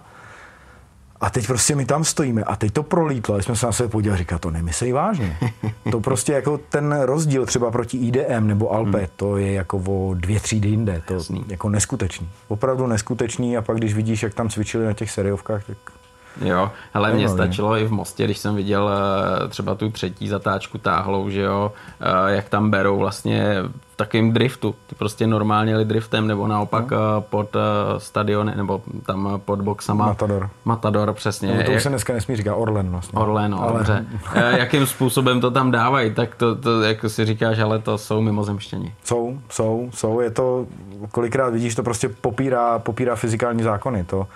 A teď prostě my tam stojíme a teď to prolítlo, a jsme se na sebe podívali a říkali, to nemyslej vážně. To prostě jako ten rozdíl třeba proti I D M nebo Alpe, hmm. to je jako o dvě třídy jinde, to Jasný. Jako neskutečný. Opravdu neskutečný a pak když vidíš, jak tam cvičili na těch seriovkách, tak... Jo, ale mně stačilo i v Mostě, když jsem viděl třeba tu třetí zatáčku táhlou, že jo, jak tam berou vlastně v takovým driftu. Ty prostě normálně jeli driftem nebo naopak no. pod stadiony nebo tam pod boxama. Matador. Matador, přesně. No, to už jak... se dneska nesmí říkat Orlen vlastně. Orlen, no, ale... dobře. Jakým způsobem to tam dávají, tak to, to jako si říkáš, ale to jsou mimozemštěni. Jsou, jsou, jsou. Je to, kolikrát vidíš, to prostě popírá, popírá fyzikální zákony. To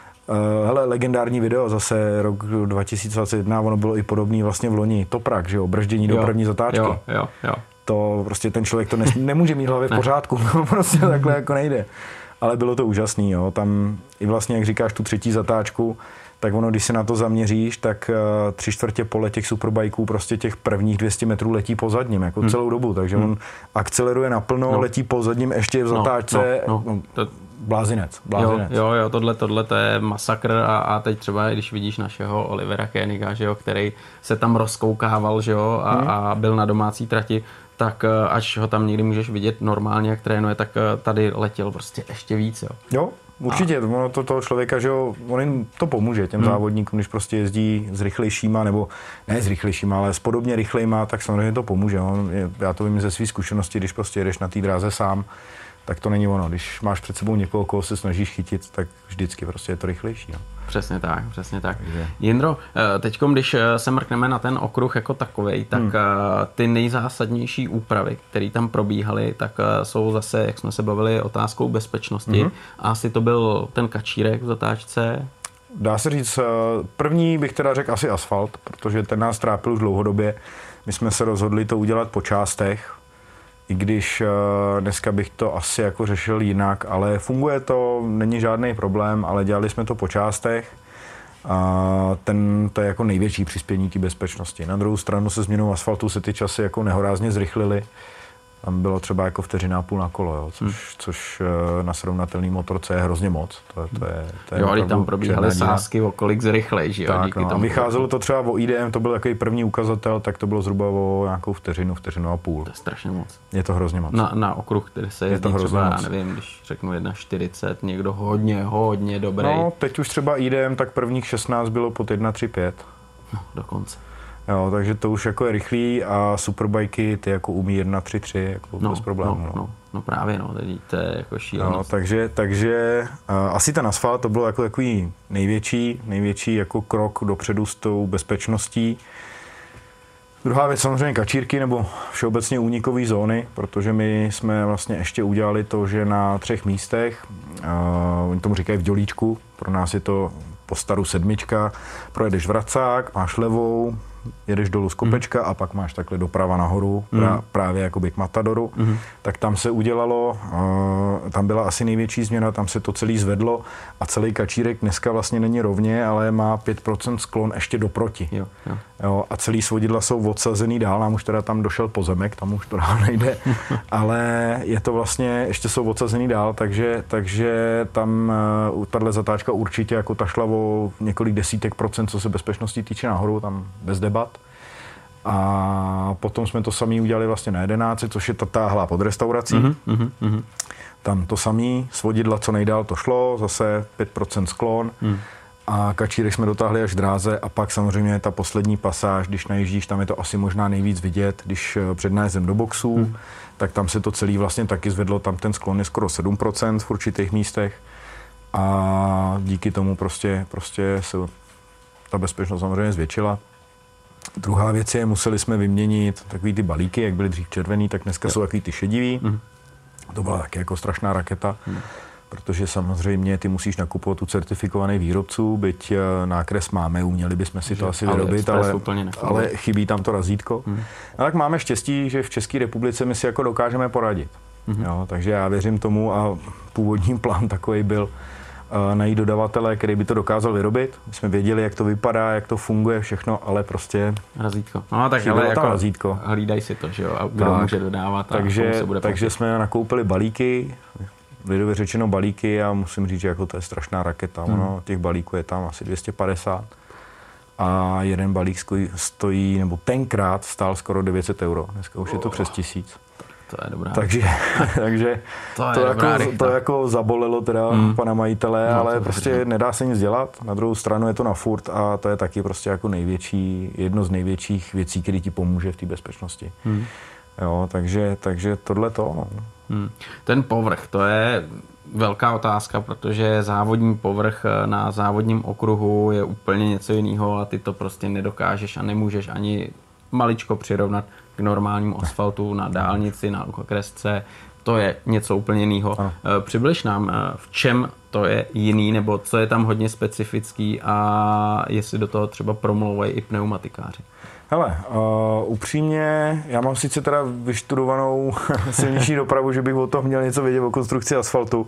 Uh, hele, legendární video, zase rok dva tisíce dvacet jedna, ono bylo i podobný vlastně v loni, Toprak, že jo, brždění do první zatáčky. Jo, jo, jo. To prostě ten člověk to nes, nemůže mít v hlavě v pořádku, prostě takhle jako nejde. Ale bylo to úžasný, jo, tam i vlastně, jak říkáš, tu třetí zatáčku, tak ono, když se na to zaměříš, tak uh, tři čtvrtě pole těch superbajků prostě těch prvních dvě stě metrů letí po zadním, jako hmm. celou dobu, takže hmm. on akceleruje naplno, no. letí po zadním ještě v zatáčce, no, no, no. To... Blázinec, blázinec. Jo, jo, jo, tohle, tohle to je masakr a, a teď třeba, když vidíš našeho Olivera Koeniga, že jo, který se tam rozkoukával, že jo, a, hmm. a byl na domácí trati, tak až ho tam někdy můžeš vidět normálně, jak trénuje, tak tady letěl prostě ještě víc, jo. Jo, určitě, a... ono to toho člověka, že jo, on jim to pomůže těm hmm. závodníkům, když prostě jezdí s rychlejšíma, nebo ne s rychlejšíma, ale s podobně rychlejma, tak samozřejmě to pomůže. On, já to vím ze své zkušenosti, když prostě jedeš na té dráze sám, tak to není ono. Když máš před sebou někoho, koho se snažíš chytit, tak vždycky prostě je to rychlejší. No. Přesně tak, přesně tak. Takže... Jindro, teďkom, když se mrkneme na ten okruh jako takovej, tak hmm. ty nejzásadnější úpravy, které tam probíhaly, tak jsou zase, jak jsme se bavili, otázkou bezpečnosti. Hmm. A asi to byl ten kačírek v zatáčce. Dá se říct, první bych teda řekl asi asfalt, protože ten nás trápil už dlouhodobě. My jsme se rozhodli to udělat po částech, i když dneska bych to asi jako řešil jinak, ale funguje to, není žádný problém, ale dělali jsme to po částech. A ten, to je jako největší přispění té bezpečnosti. Na druhou stranu se změnou asfaltu se ty časy jako nehorázně zrychlily. Tam bylo třeba jako vteřina a půl na kolo, jo, což, hmm. což na srovnatelný motorce je hrozně moc. To, to je, to je jo, ale tam probíhaly sázky o kolik zrychlej, že jo? Tak, no, tomu vycházelo to třeba o I D M, to byl takový první ukazatel, tak to bylo zhruba o nějakou vteřinu, vteřinu a půl. To je strašně moc. Je to hrozně moc. Na, na okruh, který se jezdí je třeba, já nevím, když řeknu jedna čtyřicet, někdo hodně, hodně dobrý. No, teď už třeba I D M, tak prvních šestnáct bylo pod jedna tři pět. No, dokonce. Jo, takže to už jako je rychlý a superbajky ty jako umí jedna tři tři jako no, bez problémů. No, no. No, no právě, no, tedy to je jako šílenost. No, takže takže uh, asi ten asfalt to bylo jako takový největší, největší jako krok dopředu s tou bezpečností. Druhá věc samozřejmě kačírky nebo všeobecně únikové zóny, protože my jsme vlastně ještě udělali to, že na třech místech, uh, oni tomu říkají v dělíčku, pro nás je to po staru sedmička, projedeš vracák, máš levou, jedeš dolů z kopečka mm. a pak máš takhle doprava nahoru, mm. pra, právě jakoby k Matadoru, mm. tak tam se udělalo, uh, tam byla asi největší změna, tam se to celý zvedlo a celý kačírek dneska vlastně není rovně, ale má pět procent sklon ještě doproti. Jo, jo. Jo, a celý svodidla jsou odsazený dál, nám už teda tam došel pozemek, tam už to dál nejde, ale je to vlastně, ještě jsou odsazený dál, takže, takže tam uh, tahle zatáčka určitě jako ta šla o několik desítek procent, co se bezpečnosti týče nahoru, tam bez debat. A potom jsme to samý udělali vlastně na jedenácti, což je ta táhlá pod restaurací. Mm-hmm, mm-hmm. Tam to samý, svodidla co nejdál to šlo, zase pět procent sklon. Mm. a kačírek jsme dotáhli až dráze a pak samozřejmě ta poslední pasáž, když najíždíš, tam je to asi možná nejvíc vidět, když před nájezdem do boxů, hmm. tak tam se to celý vlastně taky zvedlo, tam ten sklon je skoro sedm procent v určitých místech a díky tomu prostě, prostě se ta bezpečnost samozřejmě zvětšila. Druhá věc je, museli jsme vyměnit takový ty balíky, jak byly dřív červený, tak dneska jo. jsou takový ty šedivý. Hmm. To byla taky jako strašná raketa. Hmm. Protože samozřejmě ty musíš nakupovat u certifikovaných výrobců, byť nákres máme, uměli bychom si to že, asi vyrobit, ale, ale chybí tam to razítko. Hmm. A tak máme štěstí, že v České republice my si jako dokážeme poradit. Hmm. Jo, takže já věřím tomu a původní plán takový byl uh, najít dodavatele, který by to dokázal vyrobit. My jsme věděli, jak to vypadá, jak to funguje, všechno, ale prostě razítko. No tak ale jako razítko. Hlídaj si to, že jo, a kdo tak, může dodávat a takže, komu se bude takže jsme nakoupili balíky, lidově řečeno balíky a musím říct, že jako to je strašná raketa. Hmm. Ono, těch balíků je tam asi dvě stě padesát a jeden balík stojí, nebo tenkrát stál skoro devět set euro. Dneska už oh. je to přes tisíc. To je dobrá. Takže, takže to, to, jako, to jako zabolelo teda hmm. pana majitele, no, ale prostě věřím. Nedá se nic dělat. Na druhou stranu je to na furt a to je taky prostě jako největší, jedno z největších věcí, které ti pomůže v té bezpečnosti. Hmm. Jo, takže, takže tohle to, no. Hmm. Ten povrch, to je velká otázka, protože závodní povrch na závodním okruhu je úplně něco jiného a ty to prostě nedokážeš a nemůžeš ani maličko přirovnat k normálnímu asfaltu na dálnici, na okresce. To je něco úplně jiného. Přibliž nám, v čem to je jiný, nebo co je tam hodně specifický a jestli do toho třeba promlouvají i pneumatikáři. Hele, uh, upřímně, já mám sice teda vyštudovanou silniční dopravu, že bych o tom měl něco vědět o konstrukci asfaltu,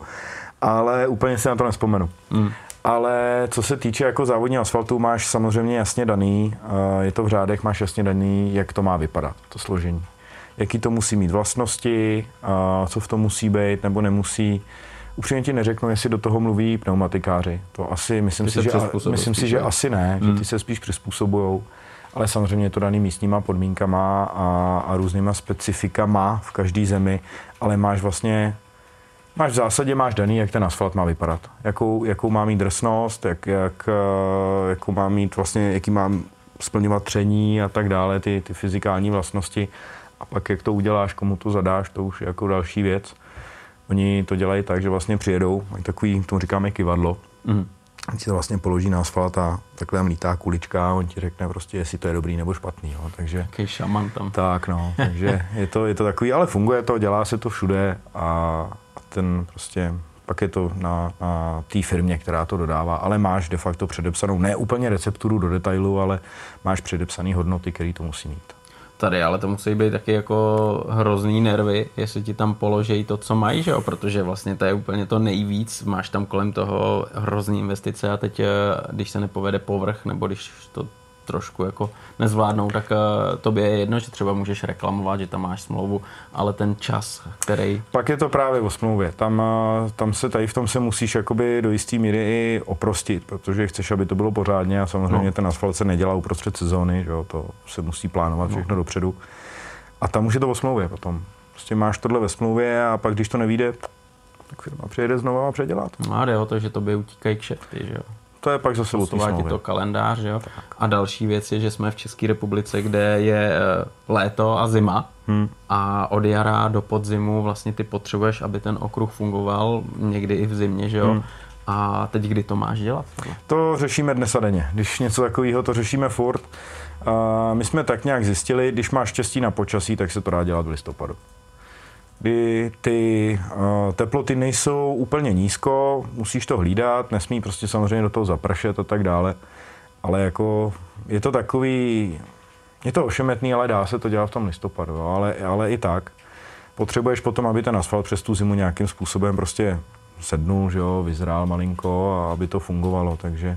ale úplně si na to nespomenu. Mm. Ale co se týče jako závodního asfaltu, máš samozřejmě jasně daný, uh, je to v řádech, máš jasně daný, jak to má vypadat, to složení. Jaký to musí mít vlastnosti, uh, co v tom musí být nebo nemusí. Upřímně ti neřeknu, jestli do toho mluví pneumatikáři. To asi, myslím, si, že, myslím si, že asi ne, mm. že ty se spíš přizpůsobujou. Ale samozřejmě je to daný místníma podmínkama a, a různýma specifikama v každé zemi, ale máš vlastně, máš v zásadě máš daný, jak ten asfalt má vypadat. Jakou, jakou má mít drsnost, jak, jak, jakou má mít vlastně, jaký má splňovat tření a tak dále, ty, ty fyzikální vlastnosti. A pak jak to uděláš, komu to zadáš, to už je jako další věc. Oni to dělají tak, že vlastně přijedou, mají takový, tomu říkáme kivadlo. Mm. On ti to vlastně položí na asfalt a takhle tam lítá kulička a on ti řekne prostě, jestli to je dobrý nebo špatný. Jo. Takže, jaký šaman tam. Tak no, takže je to, je to takový, ale funguje to, dělá se to všude a ten prostě, pak je to na, na té firmě, která to dodává, ale máš de facto předepsanou, ne úplně recepturu do detailu, ale máš předepsaný hodnoty, který to musí mít. Tady, ale to musí být taky jako hrozný nervy, jestli ti tam položí to, co mají, že jo? Protože vlastně to je úplně to nejvíc, máš tam kolem toho hrozný investice a teď, když se nepovede povrch, nebo když to trošku jako nezvládnou, tak tobě je jedno, že třeba můžeš reklamovat, že tam máš smlouvu, ale ten čas, který... Pak je to právě o smlouvě. Tam, tam se tady v tom se musíš jakoby do jistý míry i oprostit, protože chceš, aby to bylo pořádně a samozřejmě no. ten asfalt se nedělá uprostřed sezóny, že jo? To se musí plánovat všechno no. dopředu. A tam už je to o smlouvě potom. Prostě máš tohle ve smlouvě a pak, když to nevyjde, tak firma přijede znova a předělá to. No a jde o to, že tobě utíkají kšefty, že jo? To je pak zase ti to kalendář, jo? A další věc je, že jsme v České republice, kde je léto a zima hmm. a od jara do podzimu vlastně ty potřebuješ, aby ten okruh fungoval někdy i v zimě, že jo? Hmm. A teď kdy to máš dělat? To řešíme dnes a denně. Když něco takového, to řešíme furt. Uh, my jsme tak nějak zjistili, když máš štěstí na počasí, tak se to dá dělat v listopadu. Kdy ty uh, teploty nejsou úplně nízko, musíš to hlídat, nesmí prostě samozřejmě do toho zapršet a tak dále, ale jako je to takový, je to ošemetný, ale dá se to dělat v tom listopadu, jo, ale, ale i tak. Potřebuješ potom, aby ten asfalt přes tu zimu nějakým způsobem prostě sednul, že jo, vyzrál malinko a aby to fungovalo, takže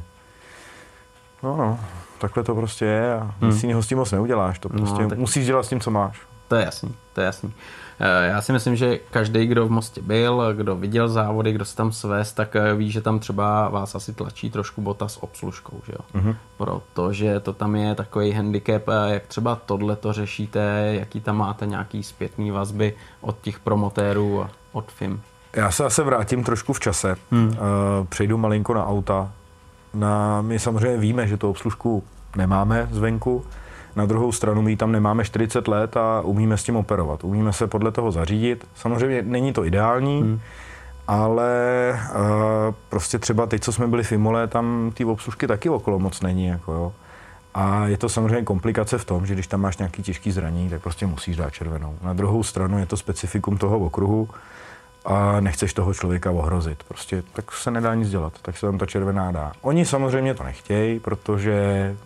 no, no, takhle to prostě je a nic hmm. jiného s tím moc neuděláš, to prostě no, tak... musíš dělat s tím, co máš. To je jasný, to je jasný. Já si myslím, že každý, kdo v Mostě byl, kdo viděl závody, kdo se tam svést, tak ví, že tam třeba vás asi tlačí trošku bota s obslužkou, že jo? Mm-hmm. Protože to tam je takový handicap, jak třeba tohle to řešíte, jaký tam máte nějaký zpětný vazby od těch promotérů a od F I M. Já se zase vrátím trošku v čase, hmm. přejdu malinko na auta. Na, my samozřejmě víme, že tu obslužku nemáme zvenku, na druhou stranu my tam nemáme čtyřicet let a umíme s tím operovat. Umíme se podle toho zařídit. Samozřejmě není to ideální, hmm. ale uh, prostě třeba teď, co jsme byli v Imole, tam ty obslužky taky okolo moc není. Jako jo. A je to samozřejmě komplikace v tom, že když tam máš nějaký těžký zranění, tak prostě musíš dát červenou. Na druhou stranu je to specifikum toho okruhu a nechceš toho člověka ohrozit. Prostě tak se nedá nic dělat, tak se tam ta červená dá. Oni samozřejmě to nechtějí, protože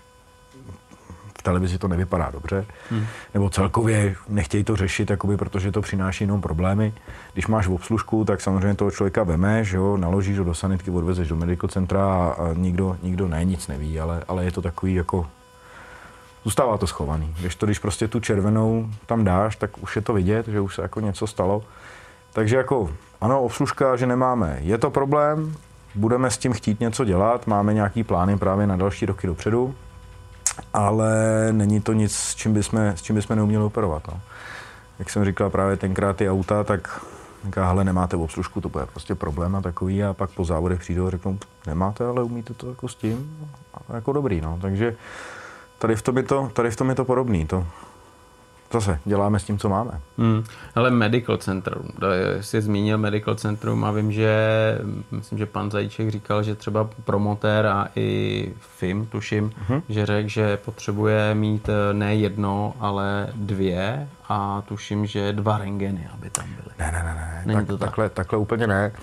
v televizi to nevypadá dobře, hmm. nebo celkově nechtějí to řešit, jakoby, protože to přináší jenom problémy. Když máš v obslužku, tak samozřejmě toho člověka vemeš, jo, naložíš ho do sanitky, odvezeš do medical centra a, a nikdo, nikdo ne, nic neví, ale, ale je to takový jako, zůstává to schovaný. Když to, když prostě tu červenou tam dáš, tak už je to vidět, že už se jako něco stalo. Takže jako, ano, obslužka, že nemáme, je to problém, budeme s tím chtít něco dělat, máme nějaký plány právě na další roky dopředu, ale není to nic, s čím bychom, s čím bychom neuměli operovat. No. Jak jsem říkal právě tenkrát ty auta, tak říká, hele, nemáte obslužku, to bude prostě problém a takový, a pak po závodech přijdou a řeknou, nemáte, ale umíte to jako s tím, a jako dobrý, no. Takže tady v tom je to, tady v tom je to podobný, to zase děláme s tím, co máme. Hmm. Ale Medical Centrum, jsi zmínil Medical Centrum a vím, že myslím, že pan Zajíček říkal, že třeba promotér a i F I M, tuším, uh-huh. že řekl, že potřebuje mít ne jedno, ale dvě a tuším, že dva rentgeny, aby tam byly. Ne, ne, ne, ne. Tak, tak, tak? Takhle, takhle úplně ne.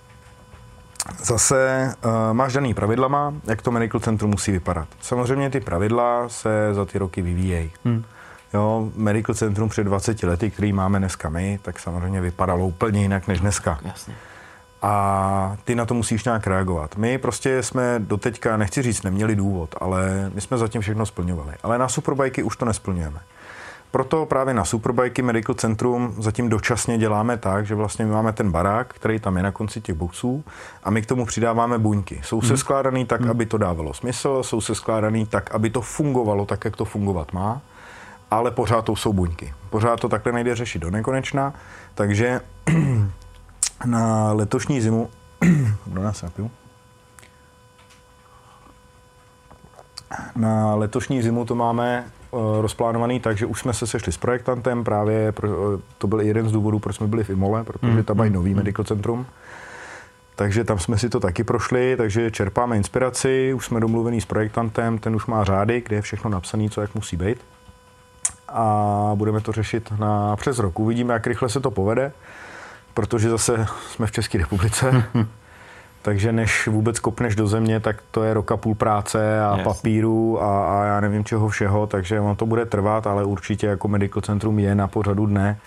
Zase uh, máš daný pravidlama, jak to Medical Centrum musí vypadat. Samozřejmě ty pravidla se za ty roky vyvíjejí. Hmm. Jo, Medical Centrum před dvaceti lety, který máme dneska my, tak samozřejmě vypadalo úplně jinak než dneska. Jasně. A ty na to musíš nějak reagovat. My prostě jsme doteďka, nechci říct, neměli důvod, ale my jsme zatím všechno splňovali. Ale na superbajky už to nesplňujeme. Proto právě na superbajky Medical Centrum zatím dočasně děláme tak, že vlastně my máme ten barák, který tam je na konci těch boxů, a my k tomu přidáváme buňky. Jsou se skládaný tak, aby to dávalo smysl, jsou se skládaný tak, aby to fungovalo tak, jak to fungovat má, ale pořád to jsou buňky. Pořád to takhle nejde řešit do nekonečna, takže na letošní zimu do nás napiju. Na letošní zimu to máme uh, rozplánovaný tak, že už jsme se sešli s projektantem, právě pro, uh, to byl jeden z důvodů, proč jsme byli v Imole, protože tam mají nový Medical Centrum. Takže tam jsme si to taky prošli, takže čerpáme inspiraci, už jsme domluvený s projektantem, ten už má řády, kde je všechno napsané, co jak musí být. A budeme to řešit na přes rok. Uvidíme, jak rychle se to povede, protože zase jsme v České republice, takže než vůbec kopneš do země, tak to je roka půl práce a yes. papíru a, a já nevím čeho všeho, takže ono to bude trvat, ale určitě jako Medical Centrum je na pořadu dne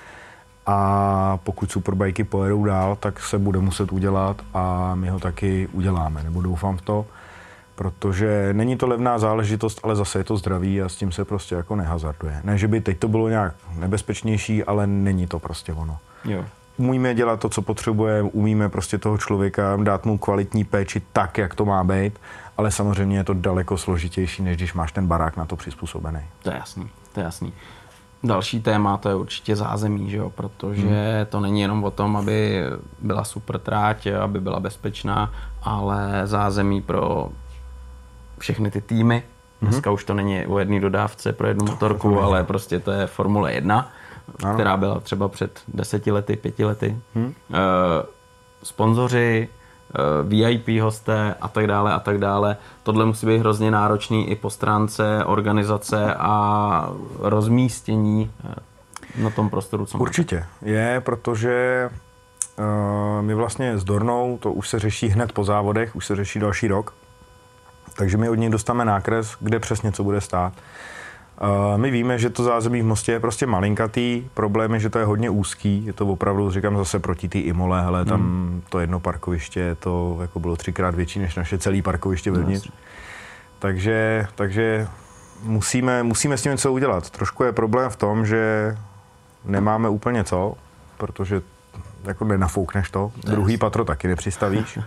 a pokud superbajky pojedou dál, tak se bude muset udělat a my ho taky uděláme, nebo doufám v to. Protože není to levná záležitost, ale zase je to zdraví a s tím se prostě jako nehazarduje. Ne, že by teď to bylo nějak nebezpečnější, ale není to prostě ono. Jo. Umíme dělat to, co potřebujeme, umíme prostě toho člověka dát mu kvalitní péči tak, jak to má být, ale samozřejmě je to daleko složitější, než když máš ten barák na to přizpůsobený. To je jasný, to je jasný. Další téma, to je určitě zázemí, že jo? Protože hmm. to není jenom o tom, aby byla super tráť, aby byla bezpečná, ale zázemí pro všechny ty týmy. Dneska mm-hmm. už to není u jedné dodávce pro jednu motorku, to ale prostě to je Formule jedna, ano. která byla třeba před deseti lety, pěti lety. Hmm. Uh, sponzoři, uh, V I P hosté a tak dále a tak dále. Tohle musí být hrozně náročný i po stránce organizace a rozmístění uh, na tom prostoru, co Určitě máte. Je, protože uh, my vlastně s Dornou, to už se řeší hned po závodech, už se řeší další rok. Takže my od něj dostáme nákres, kde přesně co bude stát. Uh, my víme, že to zázemí v Mostě je prostě malinkatý, problém je, že to je hodně úzký, je to opravdu, říkám zase proti té Imole, hele, tam hmm. to jedno parkoviště, to jako bylo třikrát větší než naše celé parkoviště vevnitř. No, takže, takže musíme, musíme s tím něco udělat. Trošku je problém v tom, že nemáme úplně co, protože jako nenafoukneš to, yes. druhý patro taky nepřistavíš.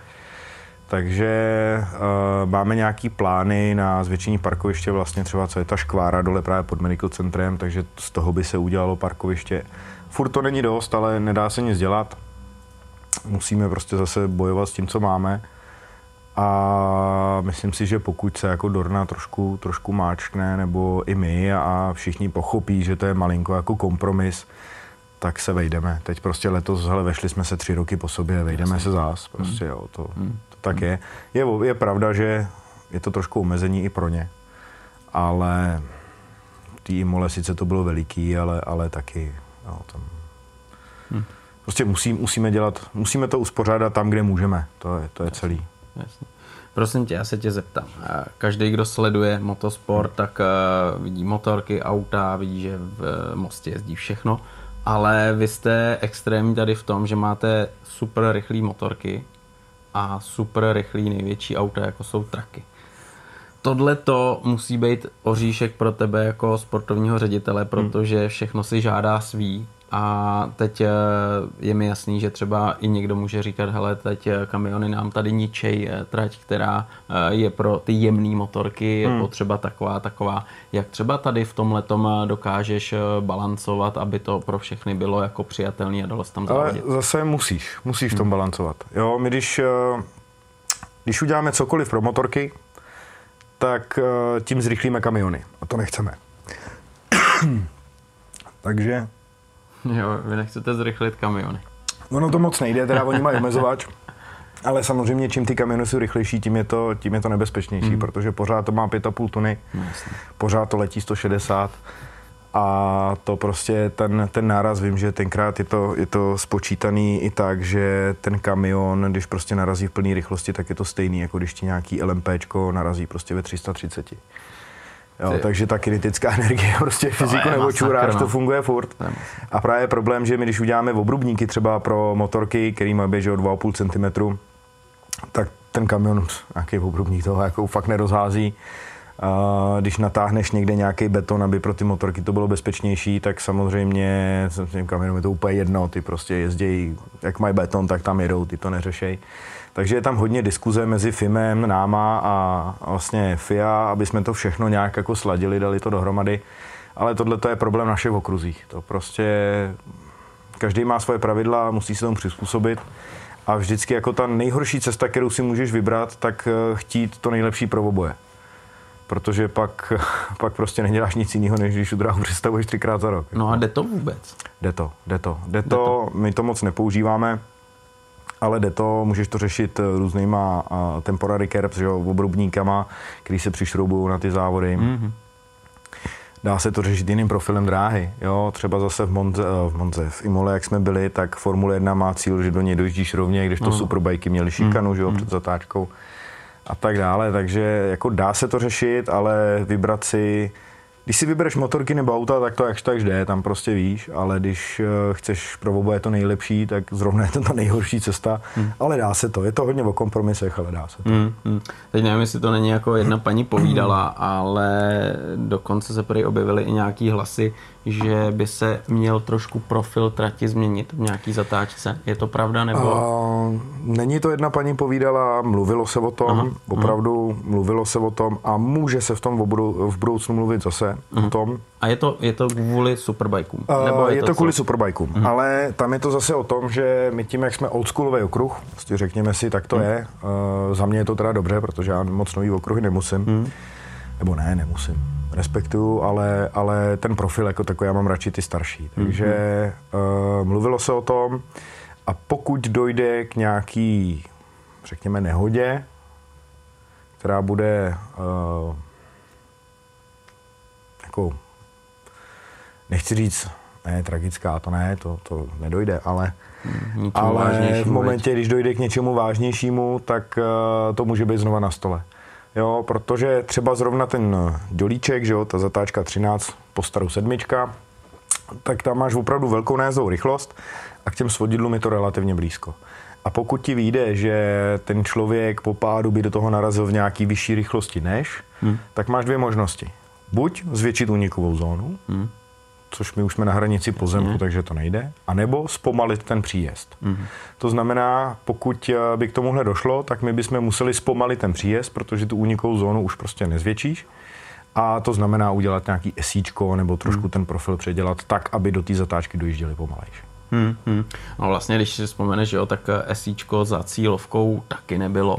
Takže uh, máme nějaký plány na zvětšení parkoviště, vlastně třeba co je ta škvára dole právě pod Medical Centrem, takže z toho by se udělalo parkoviště. Furt to není dost, ale nedá se nic dělat. Musíme prostě zase bojovat s tím, co máme. A myslím si, že pokud se jako Dorna trošku, trošku máčkne, nebo i my a všichni pochopí, že to je malinko jako kompromis, tak se vejdeme. Teď prostě letos, hele, vešli jsme se tři roky po sobě, vejdeme se zás. Prostě, jo, to, to tak je. je. Je pravda, že je to trošku omezení i pro ně, ale v té Imole sice to bylo veliký, ale, ale taky, jo, tam... Hmm. Prostě musí, musíme dělat, musíme to uspořádat tam, kde můžeme. To je, to je celý. Jasně. Prosím tě, já se tě zeptám. Každý, kdo sleduje motosport, hmm. tak uh, vidí motorky, auta, vidí, že v Mostě jezdí všechno, ale vy jste extrémní tady v tom, že máte super rychlý motorky a super rychlý největší auta, jako jsou traky. Tohle to musí být oříšek pro tebe jako sportovního ředitele, protože všechno si žádá svý. A teď je mi jasný, že třeba i někdo může říkat, hele, teď kamiony nám tady ničej trať, která je pro ty jemné motorky, je hmm. potřeba taková, taková. Jak třeba tady v tomhletom dokážeš balancovat, aby to pro všechny bylo jako přijatelné a dalo se tam závodit? Ale zase musíš, musíš v tom hmm. balancovat. Jo, my když, když uděláme cokoliv pro motorky, tak tím zrychlíme kamiony. A to nechceme. Takže... Jo, vy nechcete zrychlit kamiony. Ono to moc nejde, teda oni mají omezovač, ale samozřejmě čím ty kamiony jsou rychlejší, tím je to, tím je to nebezpečnější, mm. protože pořád to má pět a půl tuny, no, pořád to letí sto šedesát a to prostě ten, ten náraz, vím, že tenkrát je to, je to spočítaný i tak, že ten kamion, když prostě narazí v plné rychlosti, tak je to stejný, jako když ti nějaký LMPčko narazí prostě ve tři sta třicet. Jo, takže ta kinetická energie prostě fyziku nebo čuráš, to funguje furt. A právě problém, že my když uděláme obrubníky třeba pro motorky, který má běžet o dva a půl centimetru, tak ten kamion, nějaký obrubník toho jako fakt nerozhází. A když natáhneš někde nějaký beton, aby pro ty motorky to bylo bezpečnější, tak samozřejmě s tím kamionům je to úplně jedno, ty prostě jezdějí, jak mají beton, tak tam jedou, ty to neřešej. Takže je tam hodně diskuze mezi FIMem, náma a vlastně F I A, aby jsme to všechno nějak jako sladili, dali to dohromady. Ale tohle to je problém našich okruzích. To prostě každý má svoje pravidla, musí se tomu přizpůsobit. A vždycky jako ta nejhorší cesta, kterou si můžeš vybrat, tak chtít to nejlepší pro oboje. Protože pak, pak prostě neděláš nic jiného, než když tu dráhu představuješ třikrát za rok. No a jde to vůbec? Jde to, jde to. Jde to, jde to. My to moc nepoužíváme. Ale jde to, můžeš to řešit různýma uh, temporary curbs, že jo, obrubníkama, který se přišroubují na ty závody. Mm-hmm. Dá se to řešit jiným profilem dráhy, jo, třeba zase v Monze, v Monze, v Imole, jak jsme byli, tak Formule jedna má cíl, že do něj dojíždíš rovně, když to mm. superbajky měly šikanu, mm. že jo, mm. před zatáčkou a tak dále, takže jako dá se to řešit, ale vybrat si, když si vybereš motorky nebo auta, tak to jakž tak jde, tam prostě víš, ale když uh, chceš pro oboje to nejlepší, tak zrovna je to ta nejhorší cesta, hmm. ale dá se to, je to hodně o kompromisech, ale dá se to. Hmm, hmm. Teď nevím, jestli to není jako jedna paní povídala, ale dokonce se prý objevily i nějaký hlasy, že by se měl trošku profil trati změnit v nějaký zatáčce. Je to pravda, nebo? Uh, není to jedna paní povídala, mluvilo se o tom, aha, opravdu aha. mluvilo se o tom a může se v tom v budoucnu mluvit zase aha. o tom. A je to, je to kvůli superbajkům? Uh, nebo je, je to, to kvůli co? superbajkům, uh-huh. ale tam je to zase o tom, že my tím, jak jsme oldschoolový okruh, prostě řekněme si, tak to uh-huh. je. Uh, za mě je to teda dobře, protože já moc nový okruhy nemusím. Uh-huh. Nebo ne, nemusím. Respektuju, ale, ale ten profil jako takový, já mám radši ty starší. Takže mm-hmm. uh, mluvilo se o tom a pokud dojde k nějaký, řekněme, nehodě, která bude uh, jako, nechci říct, ne, tragická, to ne, to, to nedojde, ale, mm, ale v momentě, když dojde k něčemu vážnějšímu, tak uh, to může být znova na stole. Jo, protože třeba zrovna ten dolíček, že jo, ta zatáčka třináct po starou sedmička, tak tam máš opravdu velkou nájezdovou rychlost a k těm svodidlům je to relativně blízko. A pokud ti vyjde, že ten člověk po pádu by do toho narazil v nějaký vyšší rychlosti než, hmm. tak máš dvě možnosti. Buď zvětšit únikovou zónu, hmm. což my už jsme na hranici pozemku, hmm. takže to nejde, anebo zpomalit ten příjezd. Hmm. To znamená, pokud by k tomuhle došlo, tak my bychom museli zpomalit ten příjezd, protože tu únikovou zónu už prostě nezvětšíš. A to znamená udělat nějaký esíčko nebo trošku hmm. ten profil předělat tak, aby do té zatáčky dojížděli pomalejš. Hmm, hmm. No vlastně, když si vzpomeneš, jo, tak esíčko za cílovkou taky nebylo.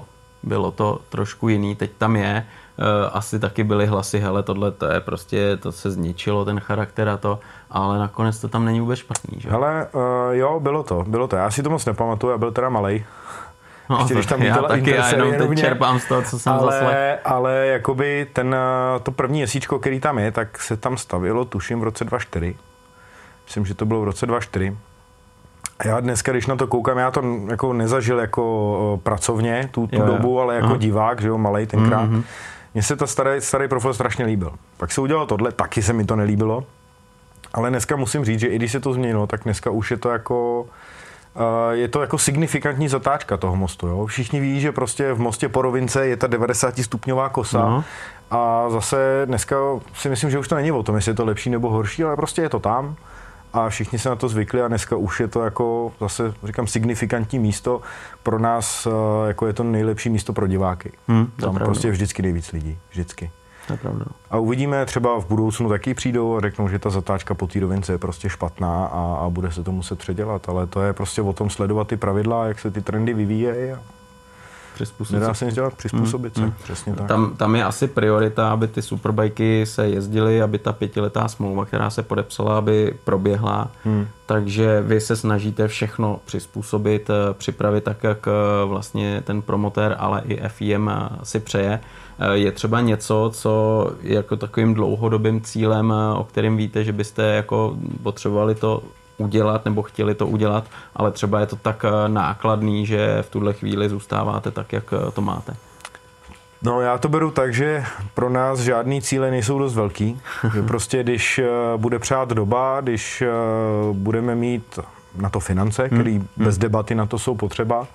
bylo to trošku jiný, teď tam je, asi taky byly hlasy, hele, tohle to je prostě, to se zničilo, ten charakter a to, ale nakonec to tam není vůbec špatný, že? Hele, uh, jo, bylo to, bylo to, já si to moc nepamatuju, já byl teda malej. No, ještě, když tam já taky, já jenom teď mě, čerpám z toho, co jsem ale, zaslech. Ale jakoby ten, to první jesíčko, který tam je, tak se tam stavilo, tuším, v roce dva tisíce čtyři. Myslím, že to bylo v roce dva tisíce čtyři. A já dneska, když na to koukám, já to jako nezažil jako pracovně tu, tu jo, dobu, ale jako aha. divák, že jo, malej tenkrát. Mm-hmm. Mně se ta starý, starý profil strašně líbil. Pak se udělalo tohle, taky se mi to nelíbilo. Ale dneska musím říct, že i když se to změnilo, tak dneska už je to jako... je to jako signifikantní zatáčka toho mostu. Jo? Všichni ví, že prostě v mostě po rovince je ta devadesátisstupňová kosa no. a zase dneska si myslím, že už to není o tom, jestli je to lepší nebo horší, ale prostě je to tam a všichni se na to zvykli a dneska už je to jako zase, říkám, signifikantní místo pro nás, jako je to nejlepší místo pro diváky. Hmm, tam prostě je vždycky nejvíc lidí, vždycky. To je pravda. A uvidíme, třeba v budoucnu taky přijdou a řeknou, že ta zatáčka po té rovince je prostě špatná a, a bude se to muset předělat, ale to je prostě o tom sledovat ty pravidla, jak se ty trendy vyvíjejí a nedá se nic dělat, přizpůsobit mm, se, mm. přesně tak. Tam, tam je asi priorita, aby ty superbajky se jezdily, aby ta pětiletá smlouva, která se podepsala, aby proběhla, mm. takže vy se snažíte všechno přizpůsobit, připravit tak, jak vlastně ten promotér, ale i F I M si přeje. Je třeba něco, co je jako takovým dlouhodobým cílem, o kterém víte, že byste jako potřebovali to udělat nebo chtěli to udělat, ale třeba je to tak nákladný, že v tuhle chvíli zůstáváte tak, jak to máte? No já to beru tak, že pro nás žádný cíle nejsou dost velký. Že prostě když bude přát doba, když budeme mít na to finance, které hmm. bez debaty na to jsou potřeba,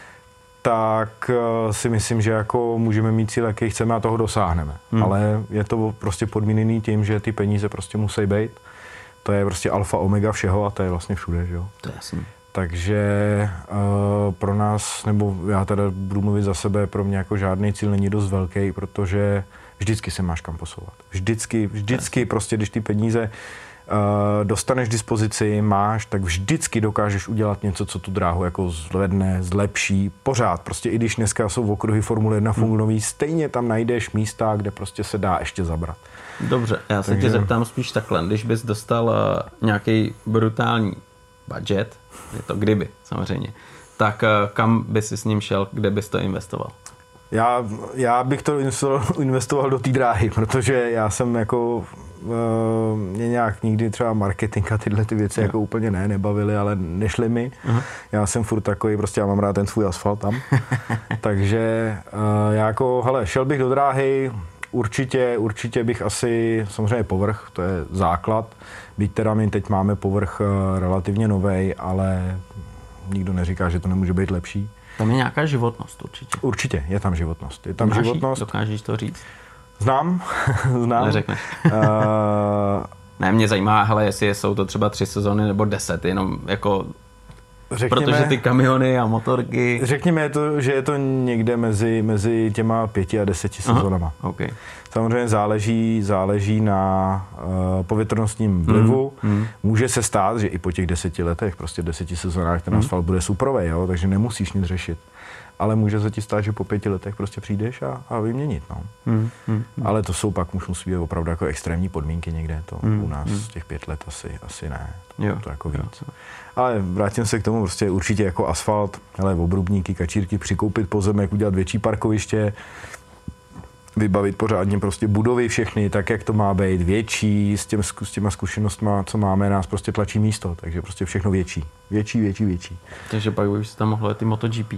tak si myslím, že jako můžeme mít cíl, jaký chceme a toho dosáhneme. Hmm. Ale je to prostě podmíněný tím, že ty peníze prostě musí být. To je prostě alfa omega všeho a to je vlastně všude, že jo? To je jasný. Takže uh, pro nás, nebo já teda budu mluvit za sebe, pro mě jako žádný cíl není dost velký, protože vždycky se máš kam posouvat. Vždycky, vždycky prostě, když ty peníze uh, dostaneš dispozici, máš, tak vždycky dokážeš udělat něco, co tu dráhu jako zvedne, zlepší, pořád. Prostě i když dneska jsou v okruhy Formule jedna hmm. fungový, stejně tam najdeš místa, kde prostě se dá ještě zabrat. Dobře, já se Takže... tě zeptám spíš takhle, když bys dostal uh, nějaký brutální budget, je to kdyby samozřejmě, tak uh, kam bys si s ním šel, kde bys to investoval? Já, já bych to investoval do té dráhy, protože já jsem jako uh, mě nějak nikdy třeba marketing a tyhle ty věci no. jako úplně ne, nebavily, ale nešly mi. Uh-huh. Já jsem furt takový, prostě já mám rád ten svůj asfalt tam. Takže uh, já jako, hele, šel bych do dráhy, určitě, určitě bych asi, samozřejmě povrch, to je základ, byť teda my teď máme povrch uh, relativně novej, ale nikdo neříká, že to nemůže být lepší. Tam je nějaká životnost určitě. Určitě, je tam životnost. Je tam Máš životnost. Jí? Dokážeš to říct? Znám, znám. Neřekneš. uh, ne, mě zajímá, hele, jestli jsou to třeba tři sezony nebo deset, jenom jako... Řekněme, protože ty kamiony a motorky... Řekněme, to, že je to někde mezi, mezi těma pěti a deseti sezonama. Okay. Samozřejmě záleží, záleží na uh, povětrnostním vlivu. Mm, mm. Může se stát, že i po těch deseti letech, prostě deseti sezonách ten mm. asfalt bude suprovej, jo? Takže nemusíš nic řešit. Ale může se ti stát, že po pěti letech prostě přijdeš a, a vyměnit. No. Mm, mm, Ale to jsou pak, už musí být opravdu jako extrémní podmínky někde. To mm, u nás mm. těch pět let asi, asi ne. To, jo, to jako víc. Jo. Ale vrátím se k tomu, prostě určitě jako asfalt, hele, obrubníky, kačírky, přikoupit pozemek, udělat větší parkoviště, vybavit pořádně prostě budovy všechny, tak jak to má být, větší, s, těm, s těma zkušenostma, co máme, nás prostě tlačí místo, takže prostě všechno větší, větší, větší, větší. Takže pak už se tam mohlo ty MotoGP.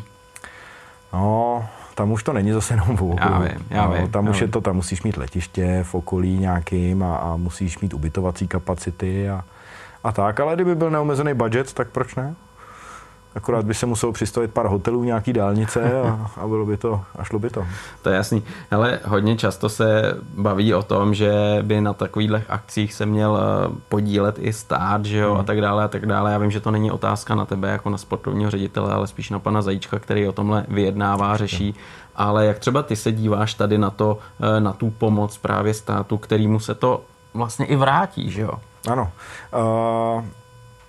No, tam už to není zase jenom v okruhu. Já vím, já no, vím. Tam já už vím. je to, tam musíš mít letiště v okolí nějakým a, a musíš mít ubytovací kapacity a, a tak, ale kdyby byl neomezený budget, tak proč ne? Akorát by se muselo přistavit pár hotelů, nějaký dálnice a, a bylo by to, a šlo by to. To je jasný. Hele, hodně často se baví o tom, že by na takových akcích se měl podílet i stát, že jo, hmm. a tak dále a tak dále. Já vím, že to není otázka na tebe jako na sportovního ředitele, ale spíš na pana Zajíčka, který o tomhle vyjednává, řeší. Ale jak třeba ty se díváš tady na to, na tu pomoc právě státu, kterýmu se to vlastně i vrátí, že jo? Ano. Uh...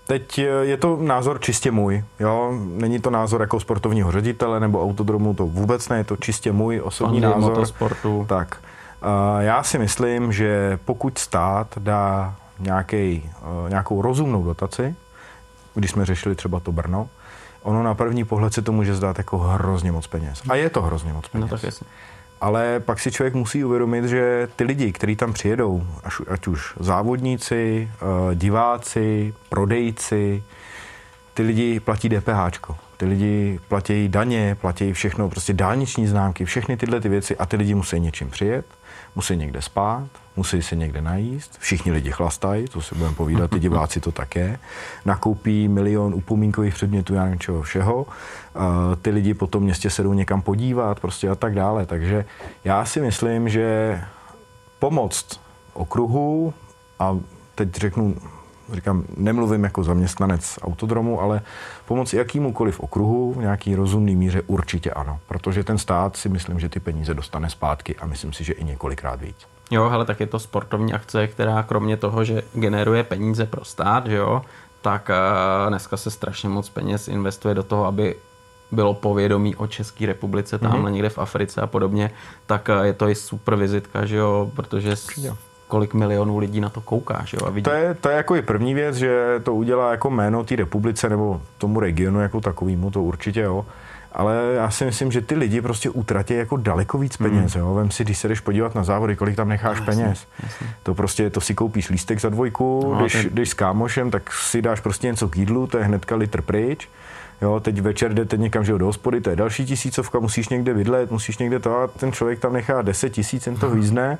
Teď je to názor čistě můj, jo, není to názor jako sportovního ředitele nebo autodromu, to vůbec ne, je to čistě můj osobní Pandy názor. Motosportu. Tak, já si myslím, že pokud stát dá nějaký, nějakou rozumnou dotaci, když jsme řešili třeba to Brno, ono na první pohled se to může zdát jako hrozně moc peněz. A je to hrozně moc peněz. No tak jasně. Ale pak si člověk musí uvědomit, že ty lidi, kteří tam přijedou, ať už závodníci, diváci, prodejci, ty lidi platí DPHčko. Ty lidi platí daně, platí všechno, prostě dálniční známky, všechny tyhle ty věci a ty lidi musí něčím přijet, musí někde spát, musí se někde najíst, všichni lidi chlastají, to si budeme povídat, ty diváci to také, nakoupí milion upomínkových předmětů, já nevím čeho všeho, ty lidi po tom městě se jdou někam podívat prostě a tak dále, takže já si myslím, že pomoct okruhu a teď řeknu, říkám, nemluvím jako zaměstnanec autodromu, ale pomoc jakýmukoliv okruhu v nějaký rozumný míře určitě ano, protože ten stát si myslím, že ty peníze dostane zpátky a myslím si, že i několikrát víc. Jo, ale tak je to sportovní akce, která kromě toho, že generuje peníze pro stát, že jo, tak dneska se strašně moc peněz investuje do toho, aby bylo povědomí o České republice tamhle mm-hmm. někde v Africe a podobně, tak je to i super vizitka, že jo, protože jo. kolik milionů lidí na to kouká, že jo? A vidí. To je, to je jako i první věc, že to udělá jako jméno té republice nebo tomu regionu jako takovýmu, to určitě jo. Ale já si myslím, že ty lidi prostě utratí jako daleko víc peněz, mm. jo. Vem si, když se jdeš podívat na závody, kolik tam necháš no, peněz. Jasně. To prostě, to si koupíš lístek za dvojku, no, když, ten... když s kámošem, tak si dáš prostě něco k jídlu, to je hnedka litr pryč. Jo, teď večer jdete někam, že do hospody, to je další tisícovka, musíš někde bydlet, musíš někde to a ten člověk tam nechá deset tisíc, jen to hvízne.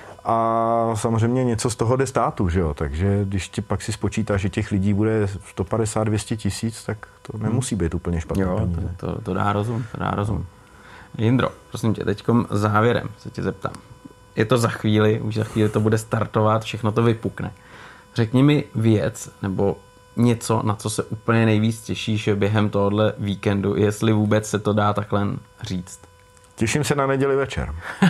A samozřejmě něco z toho jde státu, že jo? Takže když ti pak si spočítáš, že těch lidí bude sto padesát až dvě stě tisíc, tak to nemusí být úplně špatné. Jo, peníze. To, to, to dá rozum, to dá rozum. Jindro, prosím tě, teďkom závěrem se tě zeptám. Je to za chvíli, už za chvíli to bude startovat, všechno to vypukne. Řekni mi věc, nebo něco, na co se úplně nejvíc těšíš během tohohle víkendu, jestli vůbec se to dá takhle říct. Těším se na neděli večer.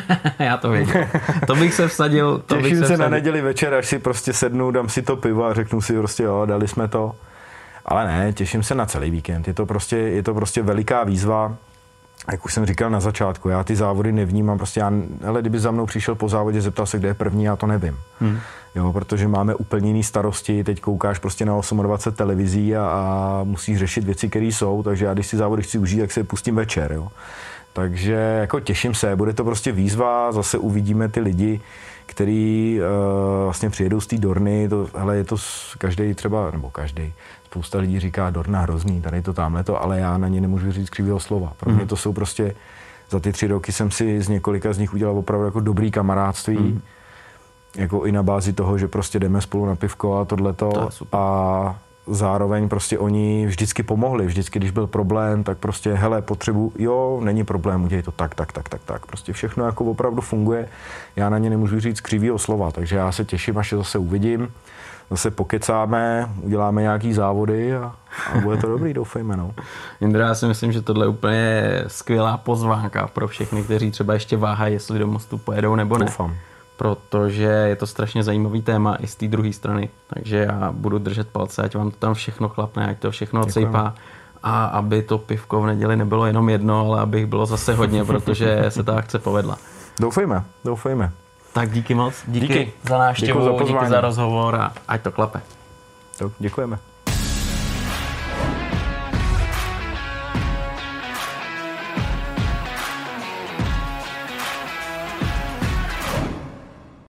Já to věděl. To bych se vsadil. To Těším bych se, se vsadil. na neděli večer, až si prostě sednu, dám si to pivo a řeknu si prostě jo, dali jsme to. Ale ne, těším se na celý víkend. Je to prostě, je to prostě veliká výzva. Jak už jsem říkal na začátku, já ty závody nevnímám. Prostě já, hele, kdyby za mnou přišel po závodě, zeptal se, kde je první, já to nevím. Hmm. Jo, protože máme úplně jiný starosti, teď koukáš prostě na dvacet osm televizí a, a musíš řešit věci, které jsou, takže já když si závody chci užít, tak se pustím večer, jo. Takže jako těším se, bude to prostě výzva, zase uvidíme ty lidi, který uh, vlastně přijedou z té Dorny, to, hele, je to každý třeba, nebo každý, spousta lidí říká Dorna hrozný, tady to, tamhle to, ale já na ně nemůžu říct křivého slova. Pro mě to jsou prostě, za ty tři roky jsem si z několika z nich udělal opravdu jako dobrý kamarádství, mm. jako i na bázi toho, že prostě jdeme spolu na pivko a tohleto to a zároveň prostě oni vždycky pomohli, vždycky, když byl problém, tak prostě, hele, potřebu, jo, není problém, udělej to tak, tak, tak, tak, tak. Prostě všechno jako opravdu funguje. Já na ně nemůžu říct křivýho slova, takže já se těším, až je zase uvidím. Zase pokecáme, uděláme nějaký závody a, a bude to dobrý, doufejme, no. Jindra, já si myslím, že tohle je úplně skvělá pozvánka pro všechny, kteří třeba ještě váhají, jestli do Mostu pojedou nebo ne. Doufám. Protože je to strašně zajímavý téma i z té druhé strany. Takže já budu držet palce, ať vám to tam všechno chlapne, ať to všechno odsejpá a aby to pivko v neděli nebylo jenom jedno, ale aby jich bylo zase hodně, protože se ta akce povedla. Doufejme, doufejme. Tak díky moc, díky, díky. za návštěvu, díky za, díky za rozhovor a ať to klape. Děkujeme.